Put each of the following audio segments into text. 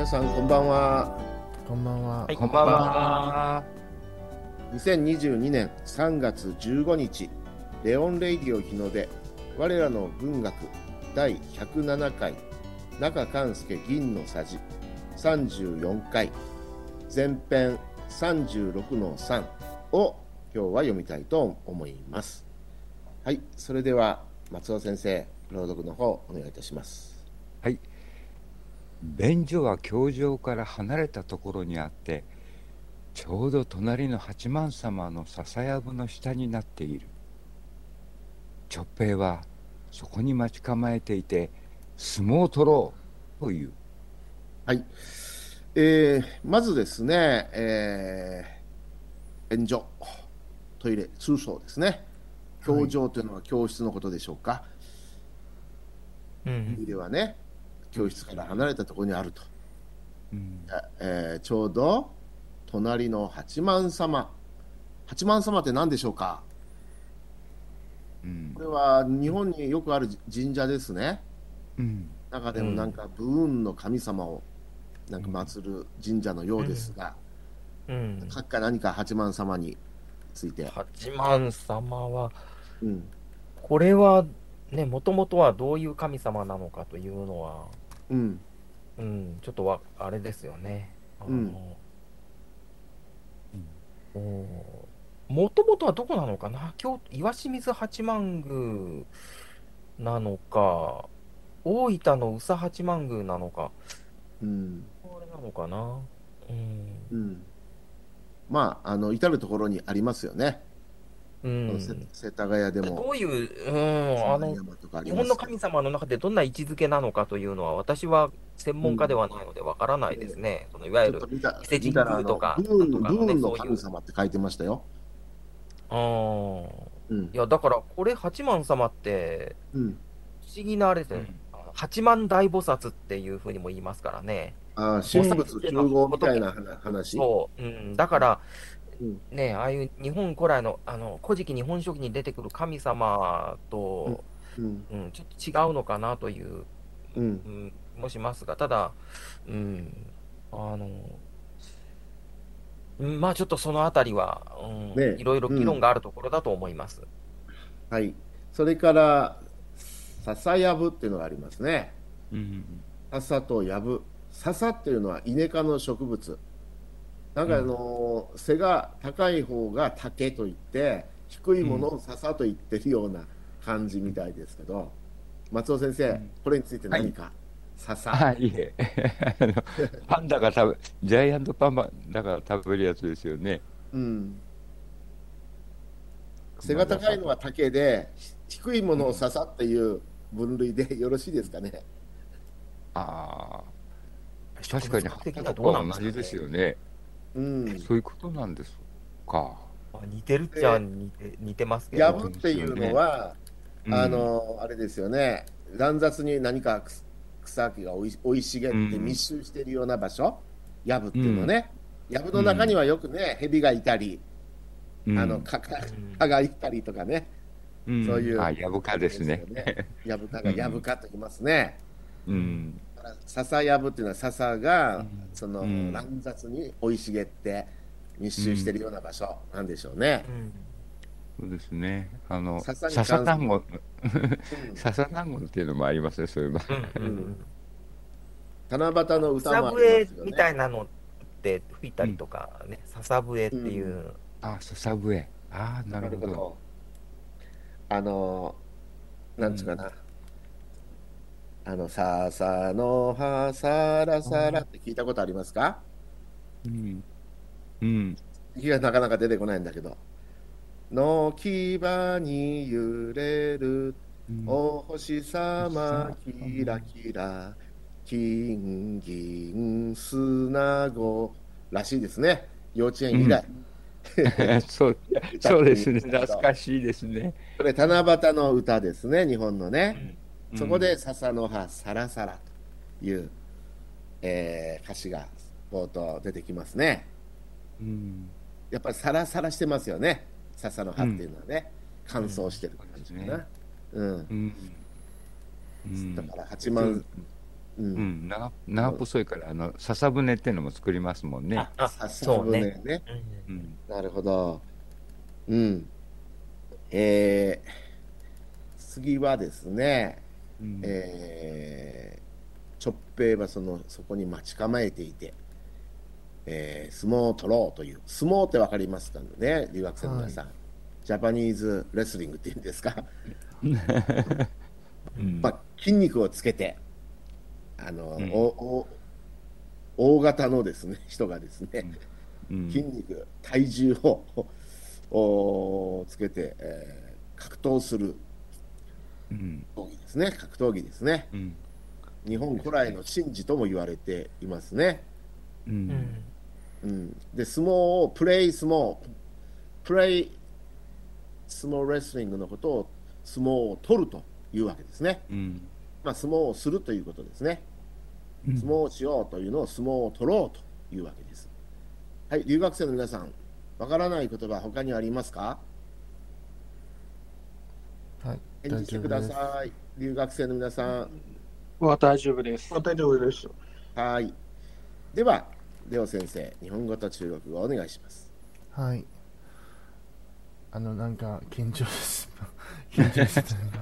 さんこんばんは。 こんばんは。 はい、こんばんは。 2022年3月15日、レオンレイディオ日の出、我らの文学第107回、中勘介銀のさじ34回、前編36の3を今日は読みたいと思います。はい、それでは松尾先生、朗読の方お願いいたします。 はい。便所は教場から離れたところにあって、ちょうど隣の八幡様の笹やぶの下になっている。直平はそこに待ち構えていて、相撲を取ろうという。 はい、まずですね、便所、トイレ、通奏ですね。教場というのは教室のことでしょうか。トイレはね、教室から離れたところにあると。ちょうど隣の八幡様。八幡様って何でしょうか。これは日本によくある神社ですね。中でもなんか武運の神様をなんか祀る神社のようですが、閣下何か八幡様について。 八幡様は、これはね、もともとはどういう神様なのかというのは、ちょっとあれですよね。もともとはどこなのかな、岩清水八幡宮なのか、大分の宇佐八幡宮なのか、これなのかな。 まあ、至るところにありますよね。世田谷でも。 どういう、日本の神様の中でどんな位置づけなのかというのは、私は専門家ではないのでわからないですね。そのいわゆる伊勢神宮とか、 ブーンの神様って書いてましたよ。 いや、だから、これ、八幡様って、不思議なあれですね。八幡大菩薩っていうふうにも言いますからね。 神仏集合みたいな話。 そう。だから、ね、ああいう日本古来の、古事記日本書紀に出てくる神様と、ちょっと違うのかなという、もしますが、ただ、まあちょっとそのあたりは、いろいろ議論があるところだと思います。 はい。それから、笹やぶっていうのがありますね。笹とやぶ。笹っていうのはイネ科の植物。なんか背が高い方が竹といって、低いものを笹と言ってるような感じみたいですけど、松尾先生、これについて何か、笹。 いえ。パンダがジャイアントパンダが食べるやつですよね。 背が高いのは竹で、低いものを笹っていう分類でよろしいですかね。 確かに葉とは同じですよね。そういうことなんですか。 似てるっちゃ似てますけど。 やぶっていうのは、あれですよね。乱雑に何か草木が生い茂って密集しているような場所。やぶっていうのね。やぶの中にはよくね、蛇がいたり、蚊がいたりとかね。そういう。 やぶかですね。 やぶかがやぶかと言いますね。笹やぶっていうのは笹がその乱雑に生い茂って密集しているような場所なんでしょうね。 そうですね。笹団子、笹団子っていうのもありますね、そういえば。 七夕の歌もありますよね。 笹笛みたいなのって吹いたりとかね、笹笛っていう。 笹笛。なるほど。 なんつうかな。笹の葉サラサラって聞いたことありますか？息がなかなか出てこないんだけど。軒場に揺れるお星様キラキラ金銀砂子らしいですね。幼稚園以来。 そうですね。懐かしいですね。 これ七夕の歌ですね、日本のね。そこで笹の葉サラサラという、歌詞が冒頭出てきますね。やっぱりサラサラしてますよね。笹の葉っていうのはね、乾燥してる感じかな。だから八幡長細いから、笹舟っていうのも作りますもんね。 笹舟ね。なるほど。次はですね、直平はそこに待ち構えていて、相撲を取ろうという、相撲って分かりますかね、留学生の皆さん。ジャパニーズレスリングっていうんですか。筋肉をつけて、大型のですね、人がですね、筋肉、体重をつけて、格闘する競技ですね、格闘技ですね。日本古来の神事とも言われていますね。で、相撲をプレイ相撲レスリングのことを相撲を取るというわけですね。相撲をするということですね。相撲をしようというのを相撲を取ろうというわけです。はい、留学生の皆さん、わからない言葉他にありますか？ はい、 返事してください。留学生の皆さん。 大丈夫です。 大丈夫です。 はい。では、レオ先生、日本語と中国語お願いします。 はい。なんか緊張です緊張しています。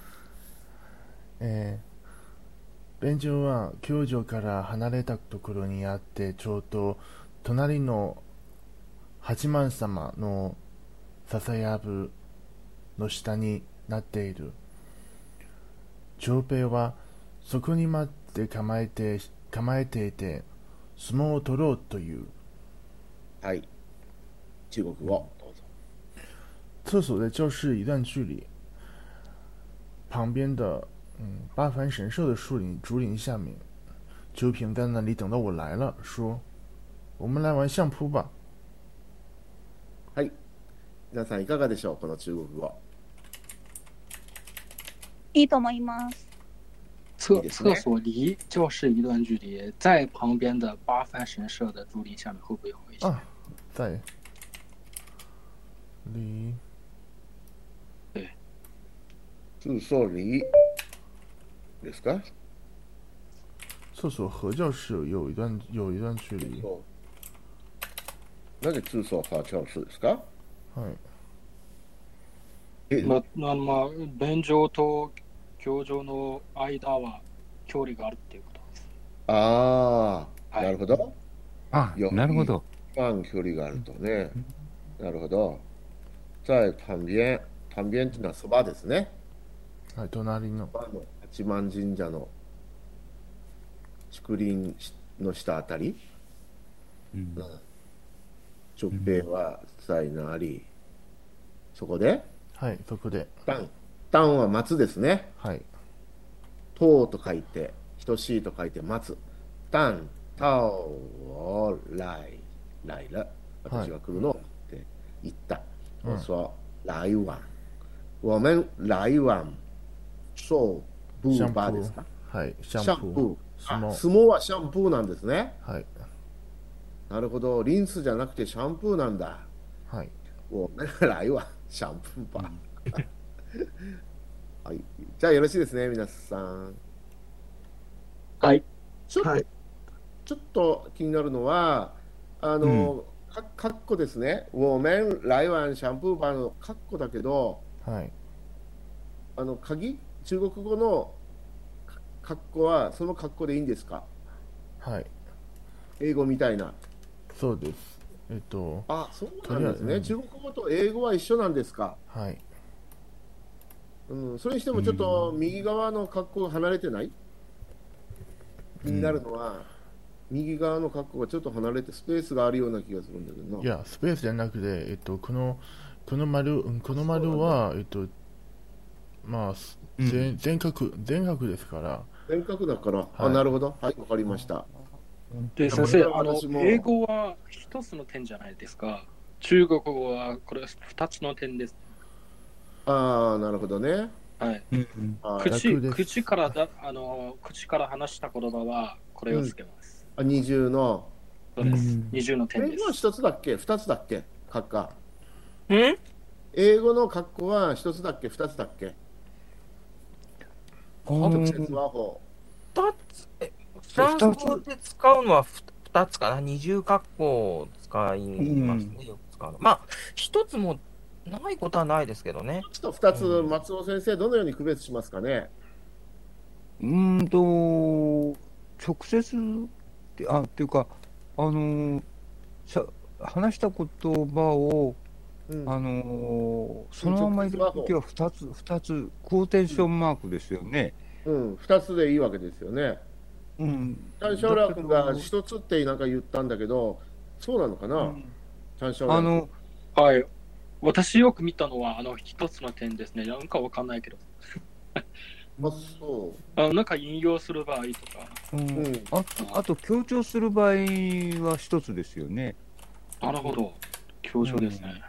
便所は教場から離れたところにあって、ちょうど隣の八幡様の笹やぶの下になっている。長平はそこに待って構えていて、相撲を取ろうという。 はい。中国語どうぞ。 厕所的就是一段距离，旁边的八幡神社的竹林下面，周平在那里等到我来了，说：“我们来玩相扑吧。” はい。皆さんいかがでしょう、この中国語。 いいと思います。 厕所离教室一段距离，在旁边的八幡神社的竹林下面会不会很危险？ 在离。 对。 厕所离ですか？ 厕所和教室有一段距离。 なぜ厕所和教室ですか？ はい。 便所と教場の間は距離があるっていうことです。 なるほど。 なるほど。 距離があるとね。なるほど。在旁边っていうのはそばですね。 はい、隣の八幡神社の竹林の下あたり。直平は在なり。そこで。 はい、そこで。 単は松ですね。 はい。 等と書いて、等しいと書いて松。単、タオを来了。私が来るのって言った。说来往。我们来往手部吧ですか？ はい、 シャンプー。相撲はシャンプーなんですね。 はい。 なるほど。リンスじゃなくてシャンプーなんだ。 はい。 我们来往シャンプー吧。はい。じゃあよろしいですね、皆さん。 はい。 ちょっと気になるのは、括弧ですね。我们来往シャンプー吧の括弧だけど、 はい。 中国語の括弧はその括弧でいいんですか？ はい。 英語みたいな。 そうです。 そうなんですね。中国語と英語は一緒なんですか？ はい。 それにしてもちょっと右側の括弧が離れてない？気になるのは、右側の括弧がちょっと離れてスペースがあるような気がするんだけどな。 いや、スペースじゃなくて、この丸は、全角ですから。 全角だから、なるほど。はい、わかりました。 で、先生、英語は一つの点じゃないですか。中国語はこれ二つの点です。 なるほどね。 はい。口から話した言葉はこれをつけます。 二重の。 そうです。二重の点です。 英語は一つだっけ？二つだっけ？括弧。英語の括弧は一つだっけ？二つだっけ？ 多フランス語で使うのは2つかな、二重括弧を使いますね、よく使うの。まあ、1つもないことはないですけどね。 1つと2つ、松尾先生、どのように区別しますかね。 直接っていうか、話した言葉を、そのまま入れるときは2つ、クォーテーションマークですよね。 2つでいいわけですよね。チャン・シャオラー君が1つってなんか言ったんだけど、そうなのかな、チャン・シャオラー君。 はい。私よく見たのは、1つの点ですね。なんかわかんないけど。 そう。 なんか引用する場合とか。 あと、強調する場合は1つですよね。 なるほど。強調ですね。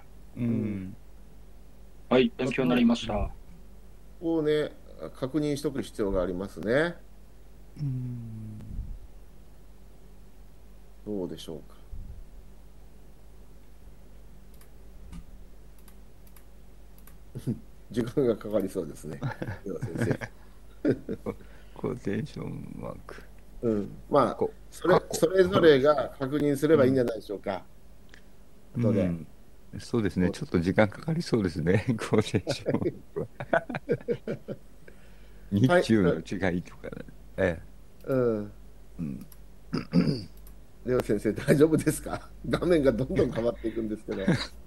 はい、勉強になりました。 ここをね、確認しておく必要がありますね。どうでしょうか。時間がかかりそうですね。では先生。 クォーテーションマーク。 まあそれぞれが確認すればいいんじゃないでしょうか。後で。 そうですね。ちょっと時間かかりそうですね。クォーテーション。日中の違いとかね。 レオ先生、大丈夫ですか？画面がどんどん変わっていくんですけど。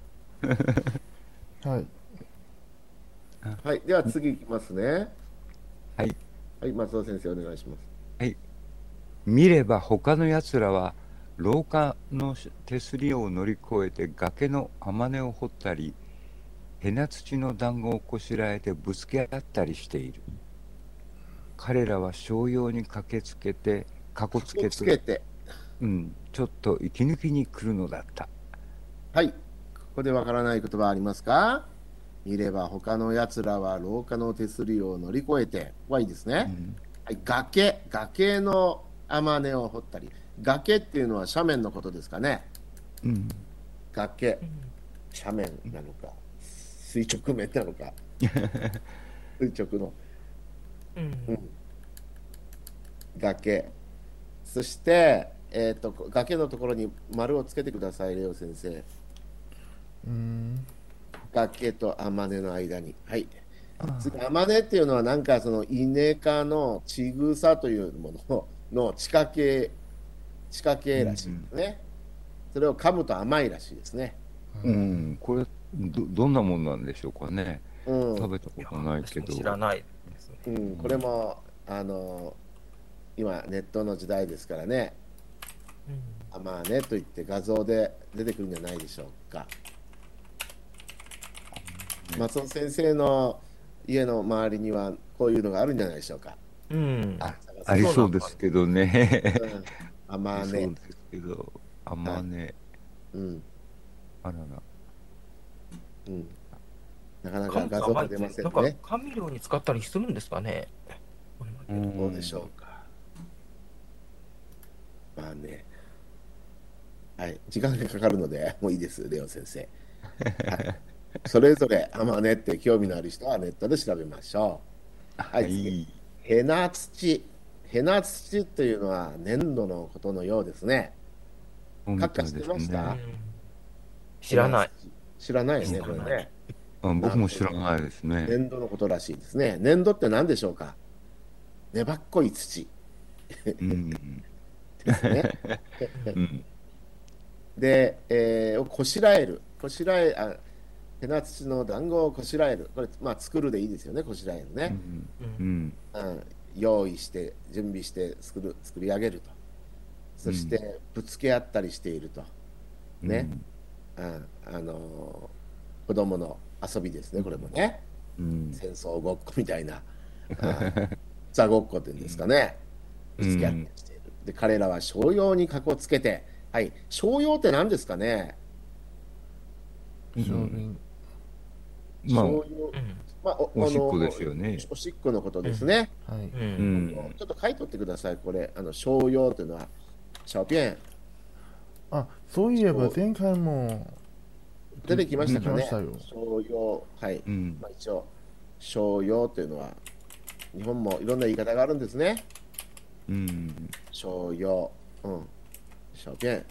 はい。 はい、では次いきますね。 はい。 はい、松尾先生お願いします。 はい。見れば他のやつらは廊下の手すりを乗り越えて崖の天音を掘ったり、へな土の団子をこしらえてぶつけ合ったりしている。彼らは商用に駆けつけて、ちょっと息抜きに来るのだった。 はい。ここでわからない言葉ありますか？見れば他のやつらは廊下の手すりを乗り越えて、はいいですね。はい、崖の天音を掘ったり、崖っていうのは斜面のことですかね。崖、斜面なのか、垂直面なのか、垂直の、崖。そして、崖のところに丸をつけてください、レオ先生。崖と天音の間に。はい。天音っていうのはなんかそのイネ科のちぐさというものの地下系らしいですね。それを噛むと甘いらしいですね。 これどんなもんなんでしょうかね。食べたことないけど。 知らないですね。 これも今ネットの時代ですからね。甘音といって画像で出てくるんじゃないでしょうか。松尾先生の家の周りにはこういうのがあるんじゃないでしょうか。 ありそうですけどね。 甘音。 そうですけど、甘音。あらら。 なかなか画像が出ませんね。 なんか甘味料に使ったりするんですかね。 どうでしょうか。まあね。はい、時間がかかるので、もういいです、レオ先生。それぞれ天音って興味のある人はネットで調べましょう。はい、次。へな土。へな土っていうのは粘土のことのようですね。閣下知ってました？ 知らない。 知らないよね、これね。 僕も知らないですね。 粘土のことらしいですね。粘土って何でしょうか？粘っこい土。ですね。で、こしらえる。へな土の団子をこしらえる。これ、まあ、作るでいいですよね、こしらえるね。用意して、準備して作り上げると。そして、ぶつけ合ったりしていると。ね。子供の遊びですね、これもね。戦争ごっこみたいな。ザごっこっていうんですかね。ぶつけ合ったりしている。で、彼らは商用にかこつけて、はい、商用って何ですかね。 おしっこですよね。 おしっこのことですね。ちょっと書いとってください、これ。商用というのは、小便。 そういえば前回も出てきましたかね。商用。はい。一応、商用というのは、日本もいろんな言い方があるんですね。 うん。 商用、小便、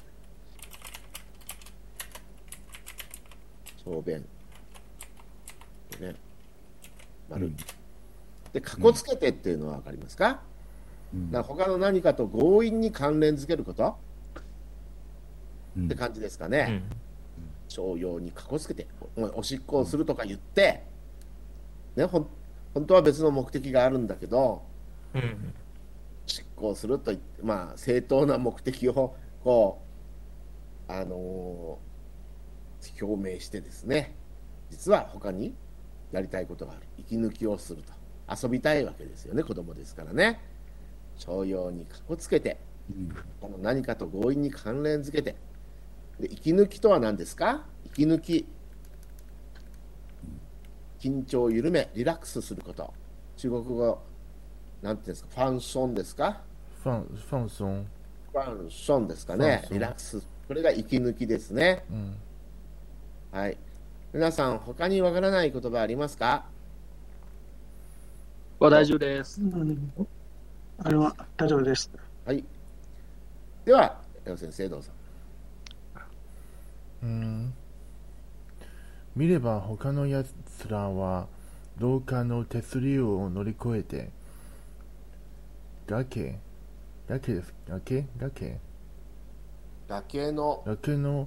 小便、ね、丸。で、かこつけてっていうのは分かりますか？他の何かと強引に関連づけることって感じですかね。商用にかこつけて、おしっこをするとか言って、ね、本当は別の目的があるんだけど、執行するといって、正当な目的をこう、表明してですね、実は他にやりたいことがある、息抜きをすると、遊びたいわけですよね、子供ですからね。商用にかこつけて、何かと強引に関連づけて、で息抜きとは何ですか？息抜き、緊張を緩めリラックスすること。中国語なんていうんですか？ファンソンですか？ ファンソン。 ファンソンですかね。リラックス。これが息抜きですね。はい。皆さん、他にわからない言葉ありますか？ 大丈夫です。 あれは大丈夫です。 はい。では、レオ先生どうぞ。 見れば他のやつらは廊下の手すりを乗り越えて崖の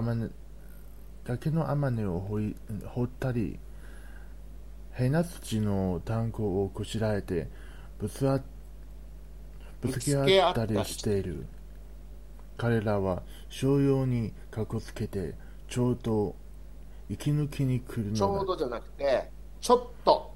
天根を掘ったり、ヘナ土の炭鉱をこしらえてぶつけ合ったりしている。彼らは商用にかこつけてちょうど息抜きに来るのだ。 ちょうどじゃなくて、ちょっと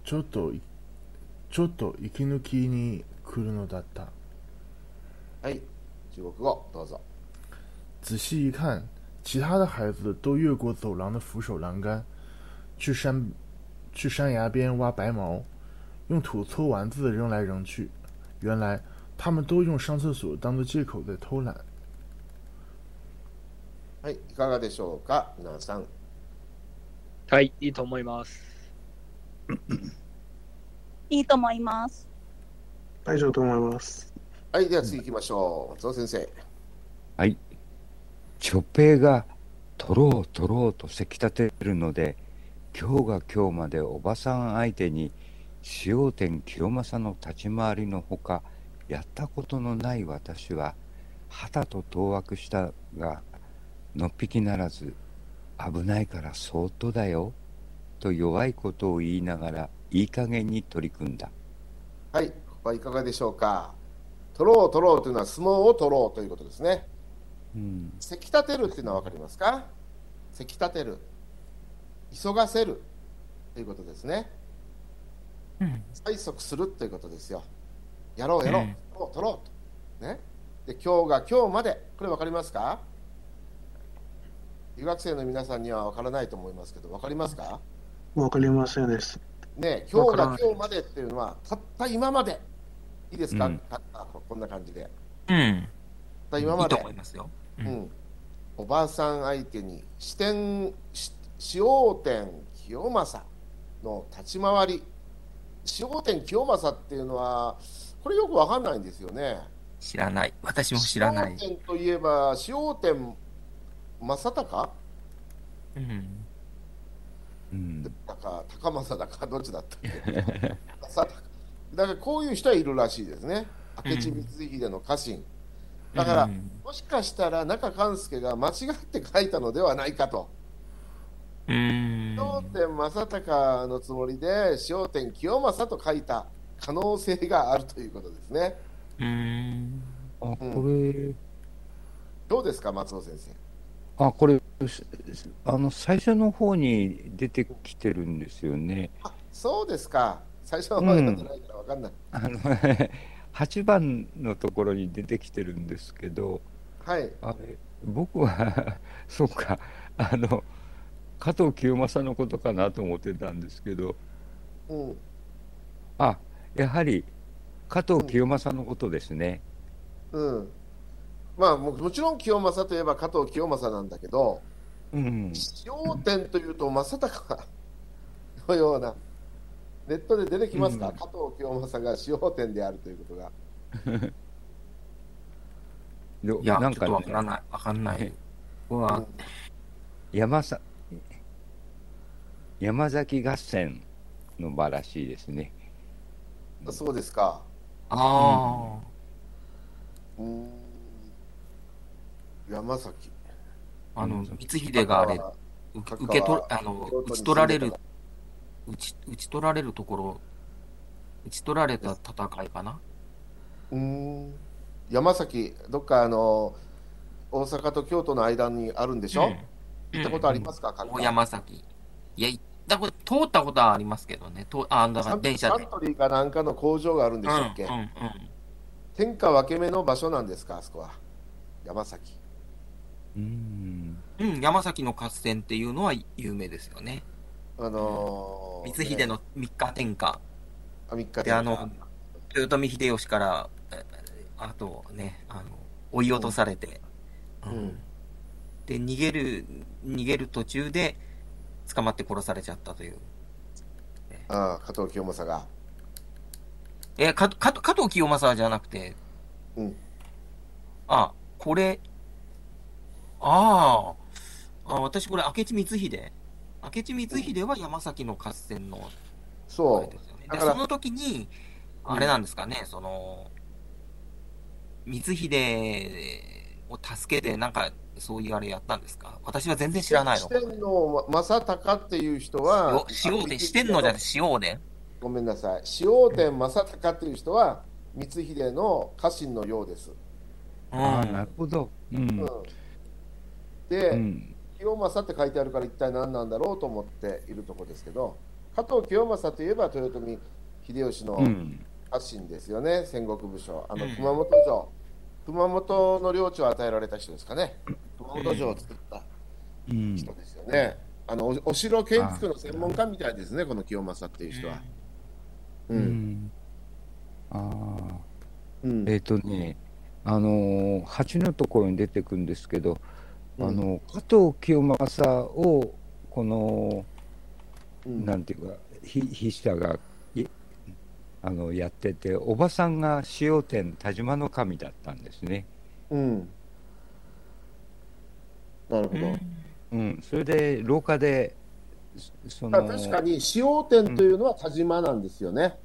息抜きに来るのだった。 はい、中国語どうぞ。 仔细一看，其他的孩子都越过走廊的扶手栏杆，去山崖边挖白毛，用土搓丸子扔来扔去。原来他们都用上厕所当做借口在偷懒。 はい、いかがでしょうか、皆さん。 はい、いいと思います。 いいと思います。 大丈夫と思います。 はい、では次行きましょう。松尾先生。 はい。チョペが取ろうとせき立てるので、今日が今日までおばさん相手に塩天清正の立ち回りのほかやったことのない私は旗と当惑したがのっぴきならず、危ないからそーっとだよと弱いことを言いながらいい加減に取り組んだ。 はい、ここはいかがでしょうか。取ろうというのは相撲を取ろうということですね。せき立てるっていうのは分かりますか？せき立てる、急がせるということですね。催促するということですよ。やろう、取ろうと、ね。で、今日が今日まで、これ分かりますか？留学生の皆さんには分からないと思いますけど、分かりますか？ 分かりませんです。 ね、今日が今日までっていうのはたった今まで。いいですか？こんな感じで。たった今まで。いいと思いますよ。おばあさん相手に塩天清正の立ち回り。塩天清正っていうのはこれよくわかんないんですよね。 知らない。私も知らない。 塩天といえば塩天正隆？だか高政だかどっちだったっけ？だからこういう人はいるらしいですね。明智光秀の家臣。だから、もしかしたら中勘介が間違って書いたのではないかと。塩天正隆のつもりで塩天清正と書いた可能性があるということですね。 これどうですか、松尾先生。 これ最初の方に出てきてるんですよね。 そうですか。最初の方に読んでないから分かんない。 8番のところに出てきてるんですけど、 はい、 僕はそうか、加藤清正のことかなと思ってたんですけど、やはり加藤清正のことですね。 もちろん清正といえば加藤清正なんだけど、塩天というと正隆のような、ネットで出てきますか？加藤清正が塩天であるということが。 いや、 なんかちょっとわからない。わかんない。ここは、 山崎合戦の場らしいですね。 そうですか。 あうーん。山崎。 あ、光秀があれ、受け取る、討ち取られる、討ち取られるところ、討ち取られた戦いかな。 山崎、どっか大阪と京都の間にあるんでしょ？行ったことありますか？ 大山崎。いや、通ったことはありますけどね。だから電車で。 サントリーかなんかの工場があるんでしたっけ？天下分け目の場所なんですか、あそこは。山崎。 山崎の合戦っていうのは有名ですよね。光秀の三日天下。 三日で、豊臣秀吉から、あとね、追い落とされて、で、逃げる途中で捕まって殺されちゃったという。 加藤清正が。 加藤清正じゃなくて、これ、私これ、明智光秀。明智光秀は山崎の合戦の、 そう。 で、その時に、あれなんですかね、光秀を助けて、なんか、そういうあれやったんですか？私は全然知らないの。 四天王正隆っていう人は、 四天王じゃなくて四王伝？ ごめんなさい。四王伝正隆っていう人は、光秀の家臣のようです。 なるほど。 で、清正って書いてあるから一体何なんだろうと思っているところですけど、加藤清正といえば豊臣秀吉の家臣ですよね、戦国武将。熊本の領地を与えられた人ですかね。熊本城を作った人ですよね。お城建築の専門家みたいですね、この清正っていう人は。 8のところに出てくるんですけど、加藤清正をこの、なんていうか筆者がやってて、おばさんが塩店田島の神だったんですね。 なるほど。それで廊下で確かに塩店というのは田島なんですよね。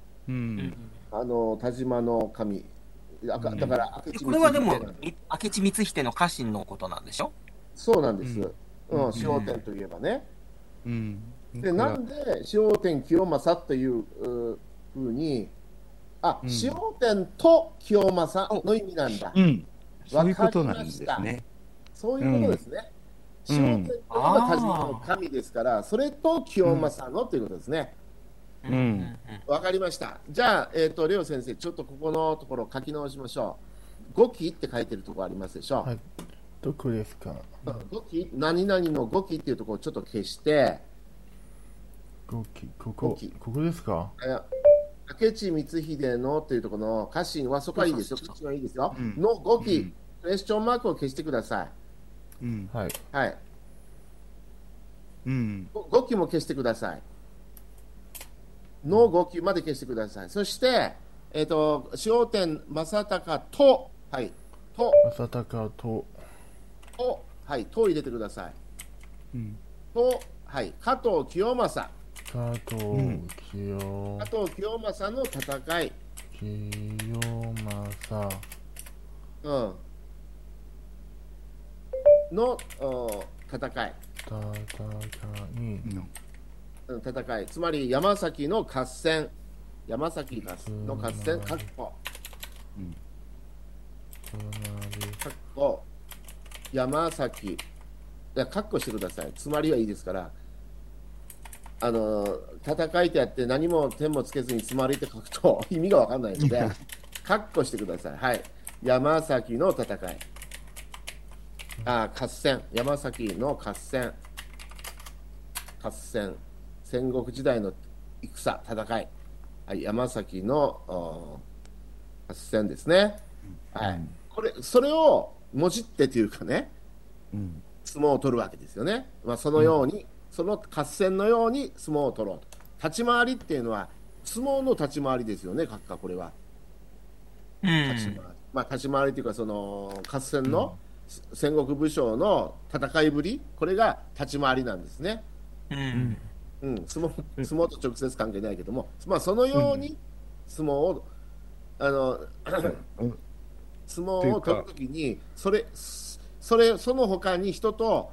田島の神。だからこれはでも明智光秀の家臣のことなんでしょ？ そうなんです。塩店といえばね。で、なんで塩店清正というふうに、塩店と清正の意味なんだ。 そういうことなんですね。 そういうことですね。塩店というのは田島の神ですから、それと清正のということですね。わかりました。じゃあ、レオ先生、ちょっとここのところ書き直しましょう。五期って書いてるところありますでしょ。 どこですか？ 五期、何々の五期っていうところをちょっと消して、 五期、ここですか？ 明智光秀のというところの家臣はそこはいいですよ。家臣はいいですよ。の五期、クエスチョンマークを消してください。はい。五期も消してください。の5期まで消してください。そして、塩店正隆と、 正隆と、 と入れてください。と、加藤清正。 加藤清正の戦い。 清正。 の戦い。戦い、つまり山崎の合戦、山崎の合戦、確保。山崎、確保してください。つまりはいいですから、戦いってやって何も点もつけずにつまりって書くと意味がわかんないので、確保してください。はい。山崎の戦い。合戦、山崎の合戦。戦国時代の戦い、山崎の合戦ですね。それをもじってというかね、相撲を取るわけですよね。そのように、その合戦のように相撲を取ろうと。立ち回りっていうのは相撲の立ち回りですよね、閣下これは。立ち回り。 まあ、立ち回りというか、その合戦の戦国武将の戦いぶり、これが立ち回りなんですね。相撲と直接関係ないけども、まあ、そのように相撲を、相撲を取るときに、その他に人と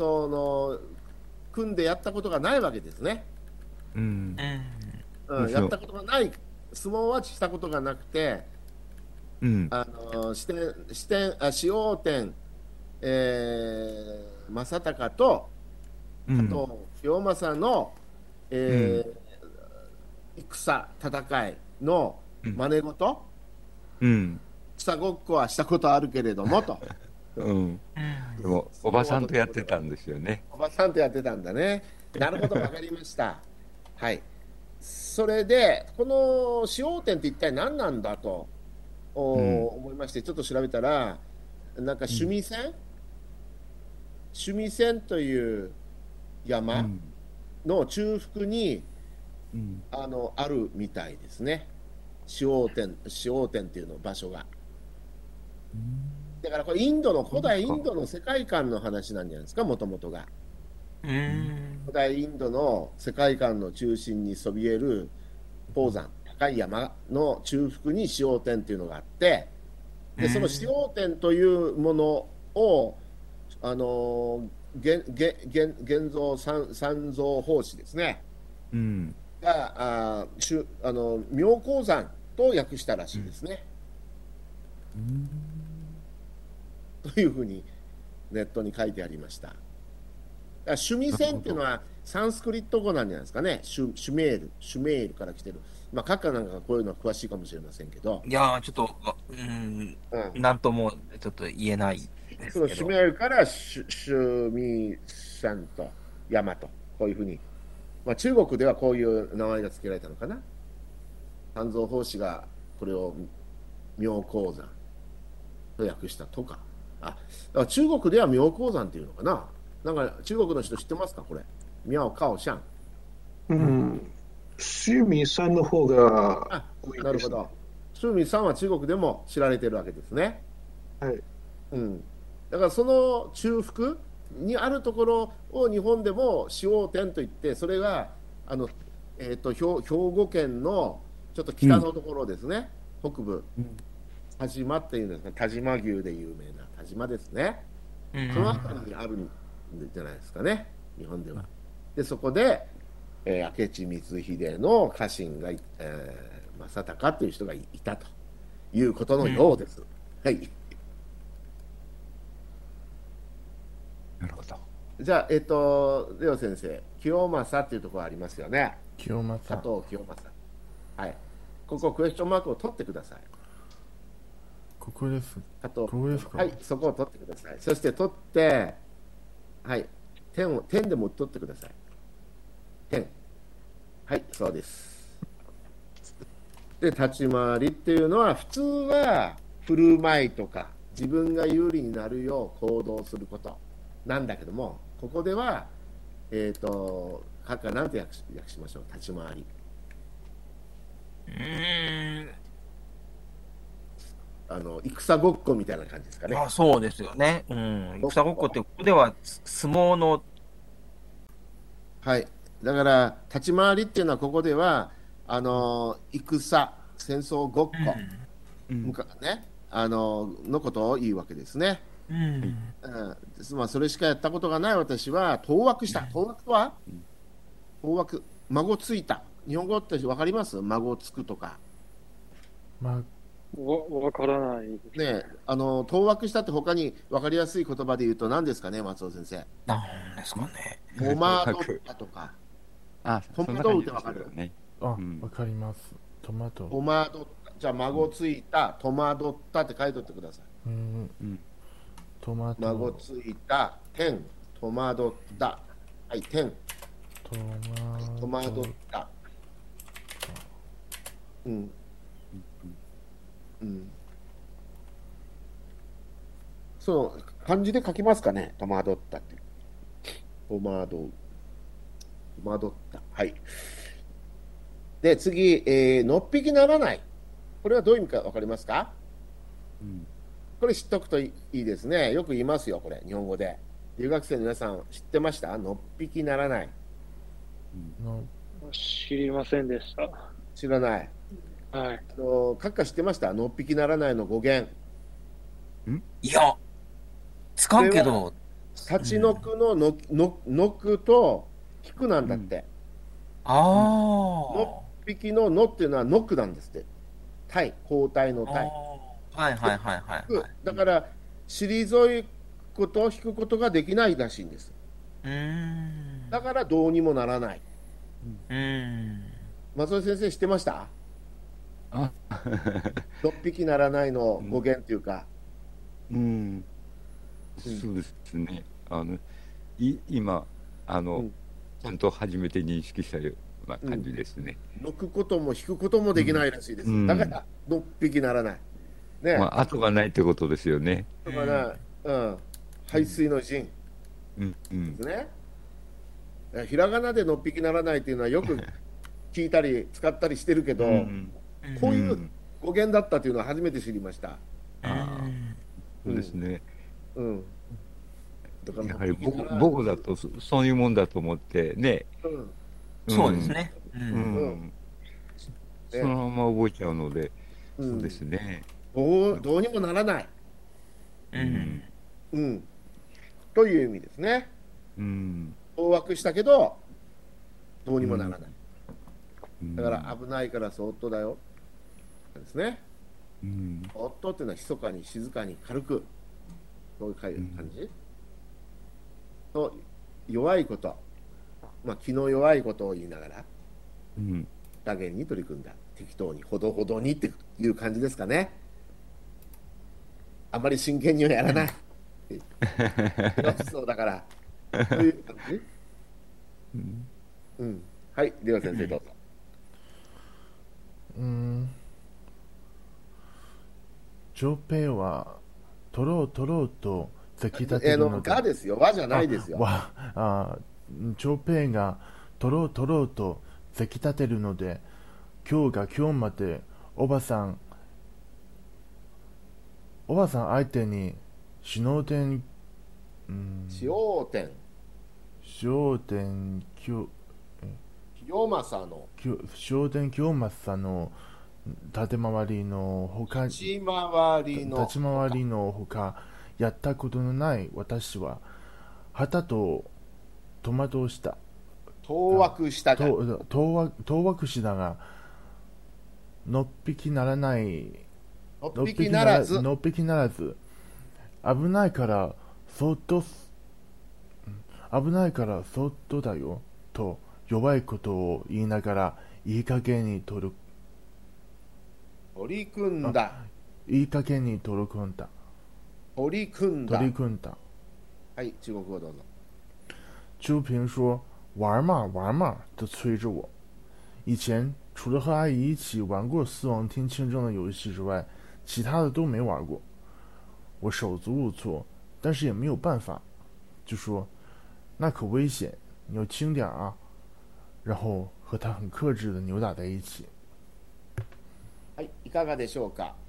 組んでやったことがないわけですね。やったことがない、相撲はしたことがなくて、主王天、正隆と、あと清正の、戦いの真似事、草ごっこはしたことあるけれどもと。 でもおばさんとやってたんですよね。 おばさんとやってたんだね。なるほど、わかりました。はい。それでこの主王天って一体何なんだと思いまして、ちょっと調べたら、なんか趣味線という山の中腹に、あるみたいですね。主王天っていうの場所が。だからこれ古代インドの世界観の話なんじゃないですか、もともとが。古代インドの世界観の中心にそびえる鉱山、高い山の中腹に主王天っていうのがあって、でその主王天というものを現像三蔵法師ですね、が妙高山と訳したらしいですね。というふうにネットに書いてありました。趣味線っていうのはサンスクリット語なんじゃないですかね。シュメールから来てる。まあ、閣下なんかこういうのは詳しいかもしれませんけど。 いやー、ちょっと、なんともちょっと言えないですけど。 そのシュメールからシュミさんと山と、こういうふうに。まあ、中国ではこういう名前が付けられたのかな。三蔵法師がこれを妙高山と訳したとか。だから中国では妙高山っていうのかな。なんか中国の人知ってますか、これ。妙高山。 シュミさんの方が多いですね。 なるほど。シュミさんは中国でも知られてるわけですね。 はい。 だからその中腹にあるところを日本でも主王天といって、それが兵庫県のちょっと北のところですね、北部、田島っていうんですか、田島牛で有名な田島ですね。その辺りにあるんじゃないですかね、日本では。でそこで、明智光秀の家臣が、正隆という人がいたということのようです。はい。 なるほど。 じゃあ、レオ先生、清正っていうところありますよね。 清正。 加藤清正。はい。ここクエスチョンマークを取ってください。 ここです。 加藤。 ここですか。 はい、そこを取ってください。そして取って、はい、点でも取ってください。点。はい、そうです。で、立ち回りっていうのは、普通は振る舞いとか、自分が有利になるよう行動することなんだけども、ここでは、閣下なんて訳しましょう、立ち回り。戦ごっこみたいな感じですかね。 そうですよね。戦ごっこって、ここでは相撲の。 はい。だから、立ち回りっていうのは、ここでは、戦争ごっこ、ね、のことを言うわけですね。まあ、それしかやったことがない私は、当惑した。当惑とは孫ついた。日本語って分かります？孫つくとか。 わからないね。当惑したって他に分かりやすい言葉で言うと何ですかね、松尾先生。 何ですかね。 戸惑ったとか。戸惑うって分かる？ わかります。戸惑う。 戸惑った。じゃあ、孫ついた、戸惑ったって書いておいてください。孫ついた、戸惑った。はい、戸惑った。そう、漢字で書きますかね、戸惑ったって。戸惑った。はい。で、次、のっぴきならない。これはどういう意味か分かりますか？ これ知っとくといいですね。よく言いますよ、これ、日本語で。留学生の皆さん、知ってました？のっぴきならない。 知りませんでした。 知らない。 はい。 閣下知ってました？のっぴきならないの語源。 いや、つかんけど。 立ちのくののくと引くなんだって。のっぴきののっていうのはのくなんですって。体、交代の体。 はいはいはいはい。 だから、退くことを引くことができないらしいんです。だからどうにもならない。松尾先生知ってました？のっぴきならないの語源っていうか。 そうですね。今ちゃんと初めて認識したような感じですね。 抜くことも引くこともできないらしいです。だからのっぴきならない。ね。 後がないってことですよね。 だから、排水の陣ですね。ひらがなでのっぴきならないっていうのはよく聞いたり使ったりしてるけど、こういう語源だったというのは初めて知りました。 そうですね。 だからやはり僕だとそういうもんだと思ってね。 そうですね。 そのまま覚えちゃうので、そうですね。 どうにもならない。という意味ですね。当惑したけど、どうにもならない。だから危ないからそっとだよ。ですね。そっとっていうのは密かに静かに軽く、そういう感じ。と弱いこと、気の弱いことを言いながら、加減に取り組んだ。適当に、ほどほどにっていう感じですかね。あまり真剣にはやらない。そうだから。そういう感じ。はい、では先生どうぞ。 徴兵は取ろうとせき立てるので、 がですよ、和じゃないですよ。 徴兵が取ろうとせき立てるので、今日までおばさん相手に清正の立ち回りのほかやったことのない私ははたと戸惑した。 当惑したがのっぴきならず危ないからそっとだよと弱いことを言いながらいい加減に取り組んだ。 はい、中国語どうぞ。 周平说玩嘛的催着我。以前除了和阿姨一起玩过四王厅清正的游戏之外，其他的都没玩过。我手足无措，但是也没有办法，就说那可危险，你要轻点啊。然后和他很克制的扭打在一起。 はい、いかがでしょうか。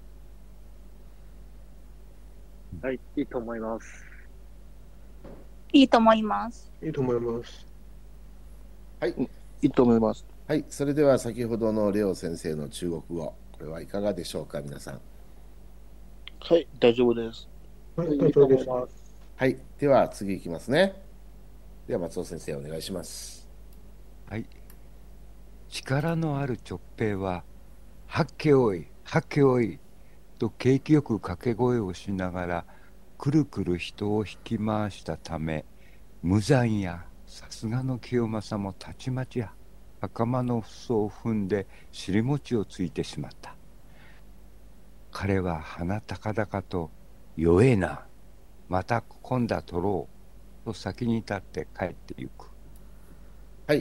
はい、いいと思います。 いいと思います。 いいと思います。 はい、 いいと思います。 はい、それでは先ほどのレオ先生の中国語、これはいかがでしょうか、皆さん。 はい、大丈夫です。 はい、大丈夫です。 はい、では次いきますね。では松尾先生お願いします。 はい。力のある直兵ははっけおいと景気よく掛け声をしながらくるくる人を引き回したため、無残やさすがの清正もたちまちや袴の裾を踏んで尻餅をついてしまった。彼は鼻高々と弱えな、また今度は取ろうと先に立って帰ってゆく。 はい。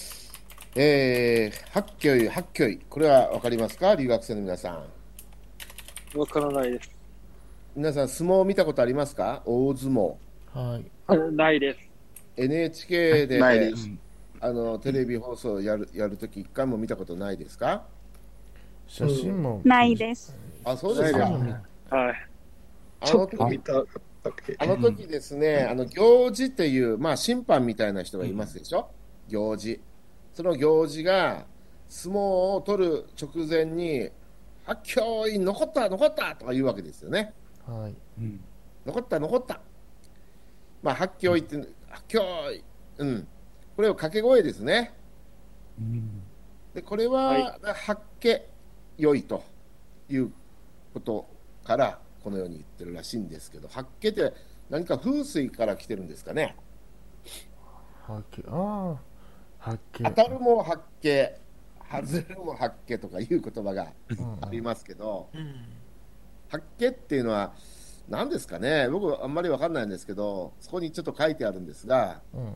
はっきょい、これは分かりますか、留学生の皆さん。 わからないです。 皆さん、相撲を見たことありますか？大相撲。 はい。 ないです。 NHK で、 ないです。 テレビ放送やるとき、一回も見たことないですか？ 写真もないです。 あ、そうですか。 はい。 ちょっと見たかったっけ。あの時ですね、行事っていう、まあ、審判みたいな人がいますでしょ、行事。その行事が、相撲を取る直前に、発教員残った、残ったとか言うわけですよね。 はい。 残った、残った。まあ、発教員って、発教員、これを掛け声ですね。で、これは、発家良いということから、このように言ってるらしいんですけど、発家って何か風水から来てるんですかね。 発家、ああ、発家。 当たるも発家、外れるも発家とかいう言葉がありますけど、発家っていうのは何ですかね。僕あんまり分かんないんですけど、そこにちょっと書いてあるんですが、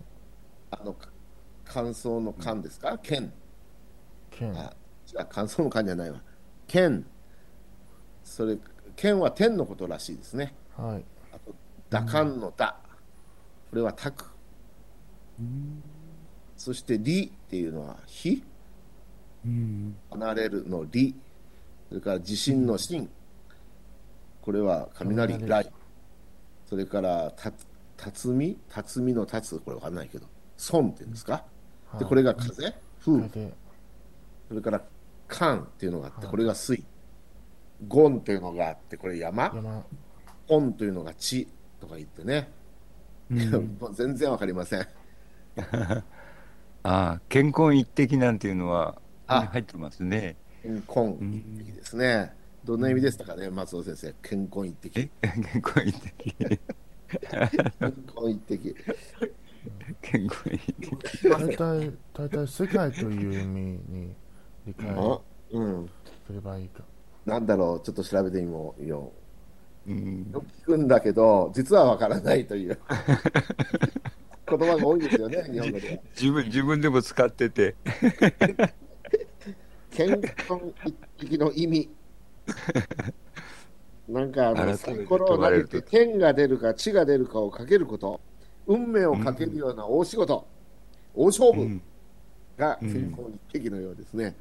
乾燥の乾ですか、剣。違う、乾燥の乾じゃないわ。剣。それ剣は天のことらしいですね。 はい。 あと打漢の打、これは卓。そして利っていうのは火、離れるの利。それから地震の震、これは雷、雷。それから辰巳の辰、これわかんないけど損っていうんですか。でこれが風、風。それから寒っていうのがあって、これが水。ゴンというのがあって、これ山。ポンというのが地とか言ってね。もう全然わかりません。 健康一滴なんていうのは入ってますね。 健康一滴ですね。どんな意味でしたかね、松尾先生。健康一滴。 健康一滴。 健康一滴。 健康一滴。 大体世界という意味に理解すればいいか。 なんだろう、ちょっと調べてみよう。よく聞くんだけど、実はわからないという言葉が多いですよね、日本語では。 自分でも使ってて。 健康一滴の意味。なんかサイコロを投げて天が出るか地が出るかをかけること、運命をかけるような大仕事、大勝負が健康一滴のようですね。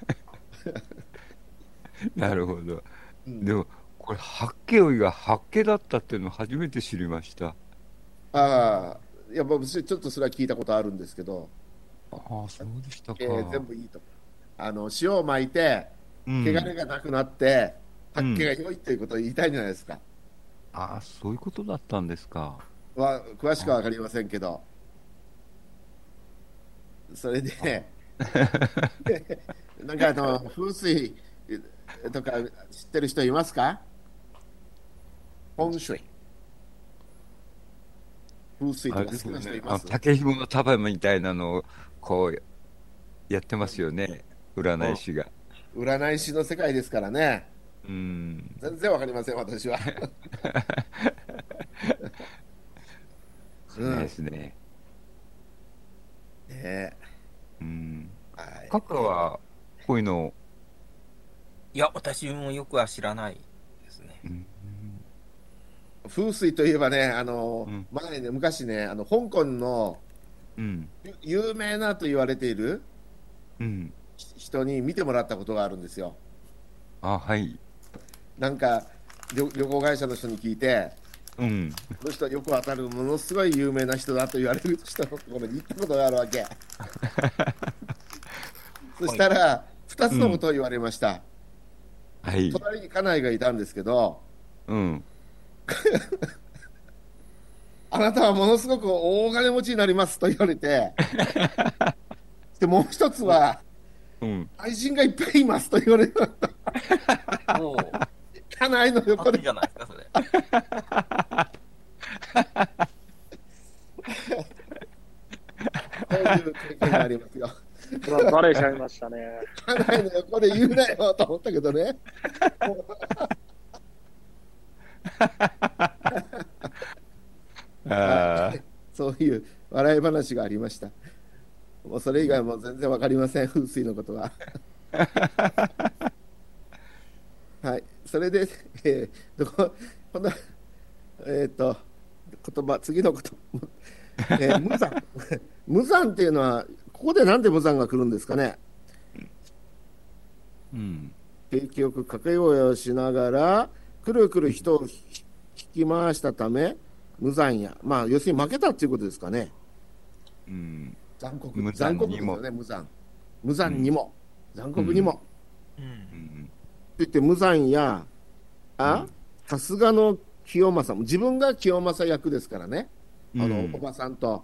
なるほど。でもこれ八家追いが八家だったっていうのを初めて知りました。 いや私ちょっとそれは聞いたことあるんですけど。 そうでしたか。 全部いいと。塩を巻いて汚れがなくなって八家が良いということを言いたいんじゃないですか。 そういうことだったんですか。 詳しくは分かりませんけど、それでなんか風水とか知ってる人いますか？フェンシュイ。風水とか好きな人います？ 竹ひごの束みたいなのをこうやってますよね、占い師が。 占い師の世界ですからね。全然わかりません、私は。 そうですね。カカはこういうの。 いや、私もよくは知らないですね。 風水といえばね、昔ね、香港の有名なと言われている人に見てもらったことがあるんですよ。 はい。 なんか旅行会社の人に聞いて、この人はよく当たるものすごい有名な人だと言われる人のところに行ったことがあるわけ。そしたら2つのことを言われました。隣に家内がいたんですけど、あなたはものすごく大金持ちになりますと言われて、でもう一つは、愛人がいっぱいいますと言われた。家内の横で。 いいじゃないですか、それ。 こういう経験がありますよ。 バレちゃいましたね。 家内の横で言うなよと思ったけどね。そういう笑い話がありました。もうそれ以外も全然わかりません、風水のことは。はい、それで、この言葉、次の言葉、無惨。無惨っていうのは、ここでなんで無惨が来るんですかね。 景気よく掛け声をしながら、くるくる人を引き回したため、無残や。まあ、要するに負けたっていうことですかね。 うん。 残酷。 無残酷残にもですよね、無残。無残にも。残酷にも。 うん。 うんといって、無残や、さすがの清正も、自分が清正役ですからね。おばさんと、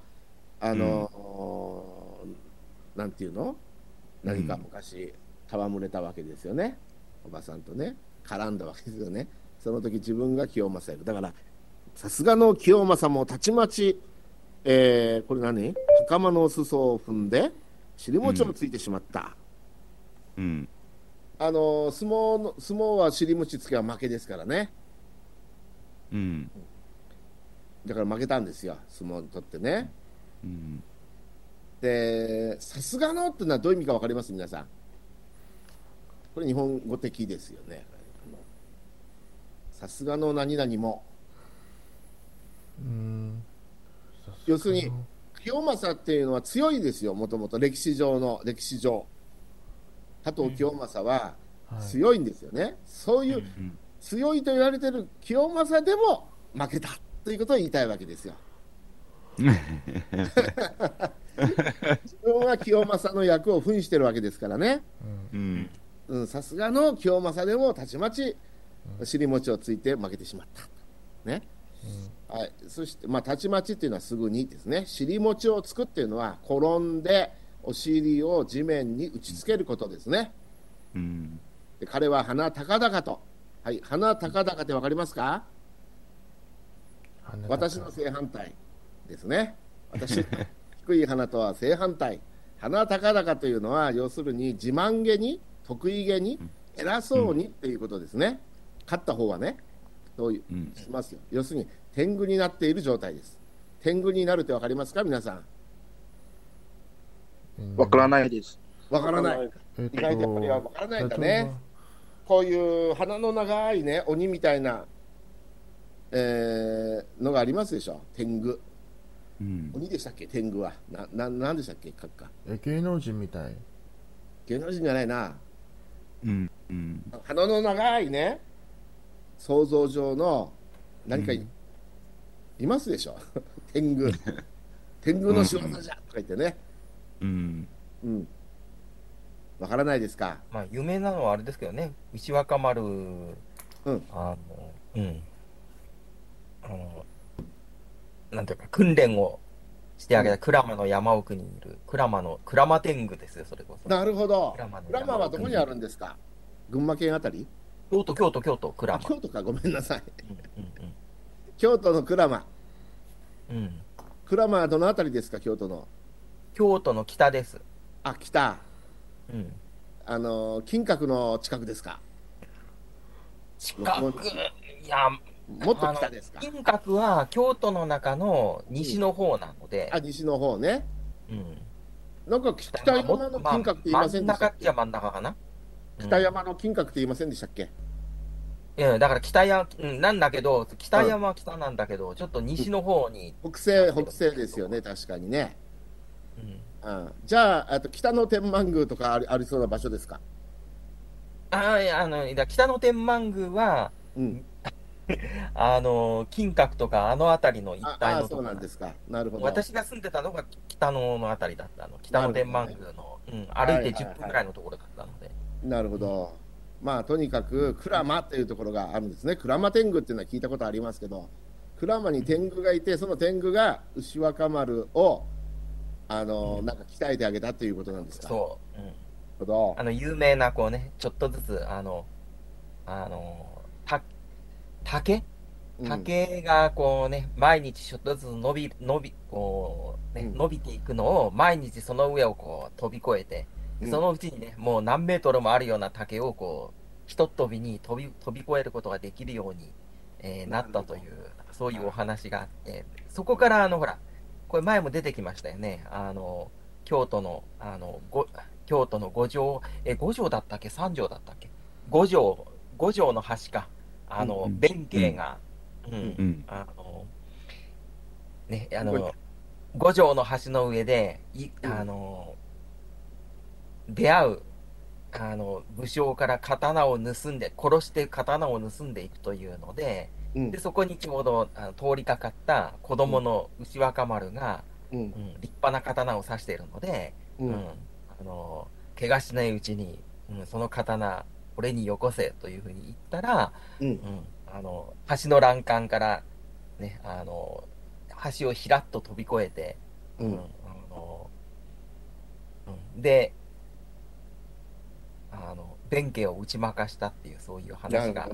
なんていうの、何か昔、戯れたわけですよね。おばさんとね、絡んだわけですよね。その時自分が清正役。だから、さすがの清正もたちまち、これ何、袴の裾を踏んで、尻餅をついてしまった。 うん相撲は尻餅つけは負けですからね。 うんだから負けたんですよ、相撲にとってね。 うんで、さすがのってのはどういう意味か分かります、皆さん。これ日本語的ですよね。さすがの何々も。要するに、清正っていうのは強いですよ、もともと歴史上。加藤清正は強いんですよね。そういう強いと言われてる清正でも負けたということを言いたいわけですよ。自分は清正の役を扮してるわけですからね。さすがの清正でもたちまち尻餅をついて負けてしまったね。はい、そして、たちまちっていうのはすぐにですね。尻餅をつくっていうのは転んでお尻を地面に打ちつけることですね。で彼は鼻高々と、はい、鼻高々って分かりますか？私の正反対ですね。私低い鼻とは正反対。鼻高々というのは要するに自慢げに得意げに偉そうにっていうことですね。勝った方はねそうしますよ。要するに天狗になっている状態です。天狗になるって分かりますか、皆さん？ わからないです。 わからない。意外とやっぱりわからないんだね。こういう鼻の長いね、鬼みたいな、のがありますでしょ、天狗。鬼でしたっけ、天狗は。なんでしたっけ、閣下。 芸能人みたい。 芸能人じゃないな。鼻の長いね、想像上の何かいますでしょ、天狗。天狗の仕業じゃとか言ってね。わからないですか。 有名なのはあれですけどね、牛若丸、なんていうか、訓練をしてあげた鞍馬の山奥にいる、鞍馬天狗ですよ、それこそ。 なるほど。鞍馬はどこにあるんですか？群馬県あたり？ 京都、鞍馬。 京都か、ごめんなさい。京都の鞍馬。鞍馬はどのあたりですか、京都の？ 京都の北です。 あ、北。金閣の近くですか？ 近く、いや、 もっと北ですか？ 金閣は京都の中の西の方なので。 西の方ね。なんか北山の金閣って言いませんでしたっけ？ 真ん中っちゃ真ん中かな。 北山の金閣って言いませんでしたっけ？ いや、だから北山、なんだけど、北山は北なんだけど、ちょっと西の方に。 北西ですよね、確かにね。じゃあ、北の天満宮とかありそうな場所ですか？ 北の天満宮は、金閣とかあの辺りの一帯のところ。 そうなんですか。なるほど。 私が住んでたのが北の辺りだったの。北の天満宮の、歩いて10分くらいのところだったので。 なるほど。とにかく鞍馬っていうところがあるんですね。鞍馬天狗っていうのは聞いたことありますけど、鞍馬に天狗がいて、その天狗が牛若丸をなんか鍛えてあげたということなんですか？ そう。有名なこうね、ちょっとずつ竹がこうね、毎日ちょっとずつ伸びていくのを毎日その上をこう飛び越えて、そのうちにね、もう何メートルもあるような竹をこうひとっ飛びに飛び越えることができるように、なったという、そういうお話があって、そこからほら、これ前も出てきましたよね。京都の五条、五条だったっけ三条だったっけ、五条の橋か。弁慶が、五条の橋の上で、出会う、 武将から刀を盗んで、殺して刀を盗んでいくというので、でそこにちょうど通りかかった子供の牛若丸が、立派な刀を刺しているので、怪我しないうちに、その刀、俺によこせというふうに言ったら、橋の欄干から、ね、橋をひらっと飛び越えて、で、弁慶を打ち負かしたっていう、そういう話があって、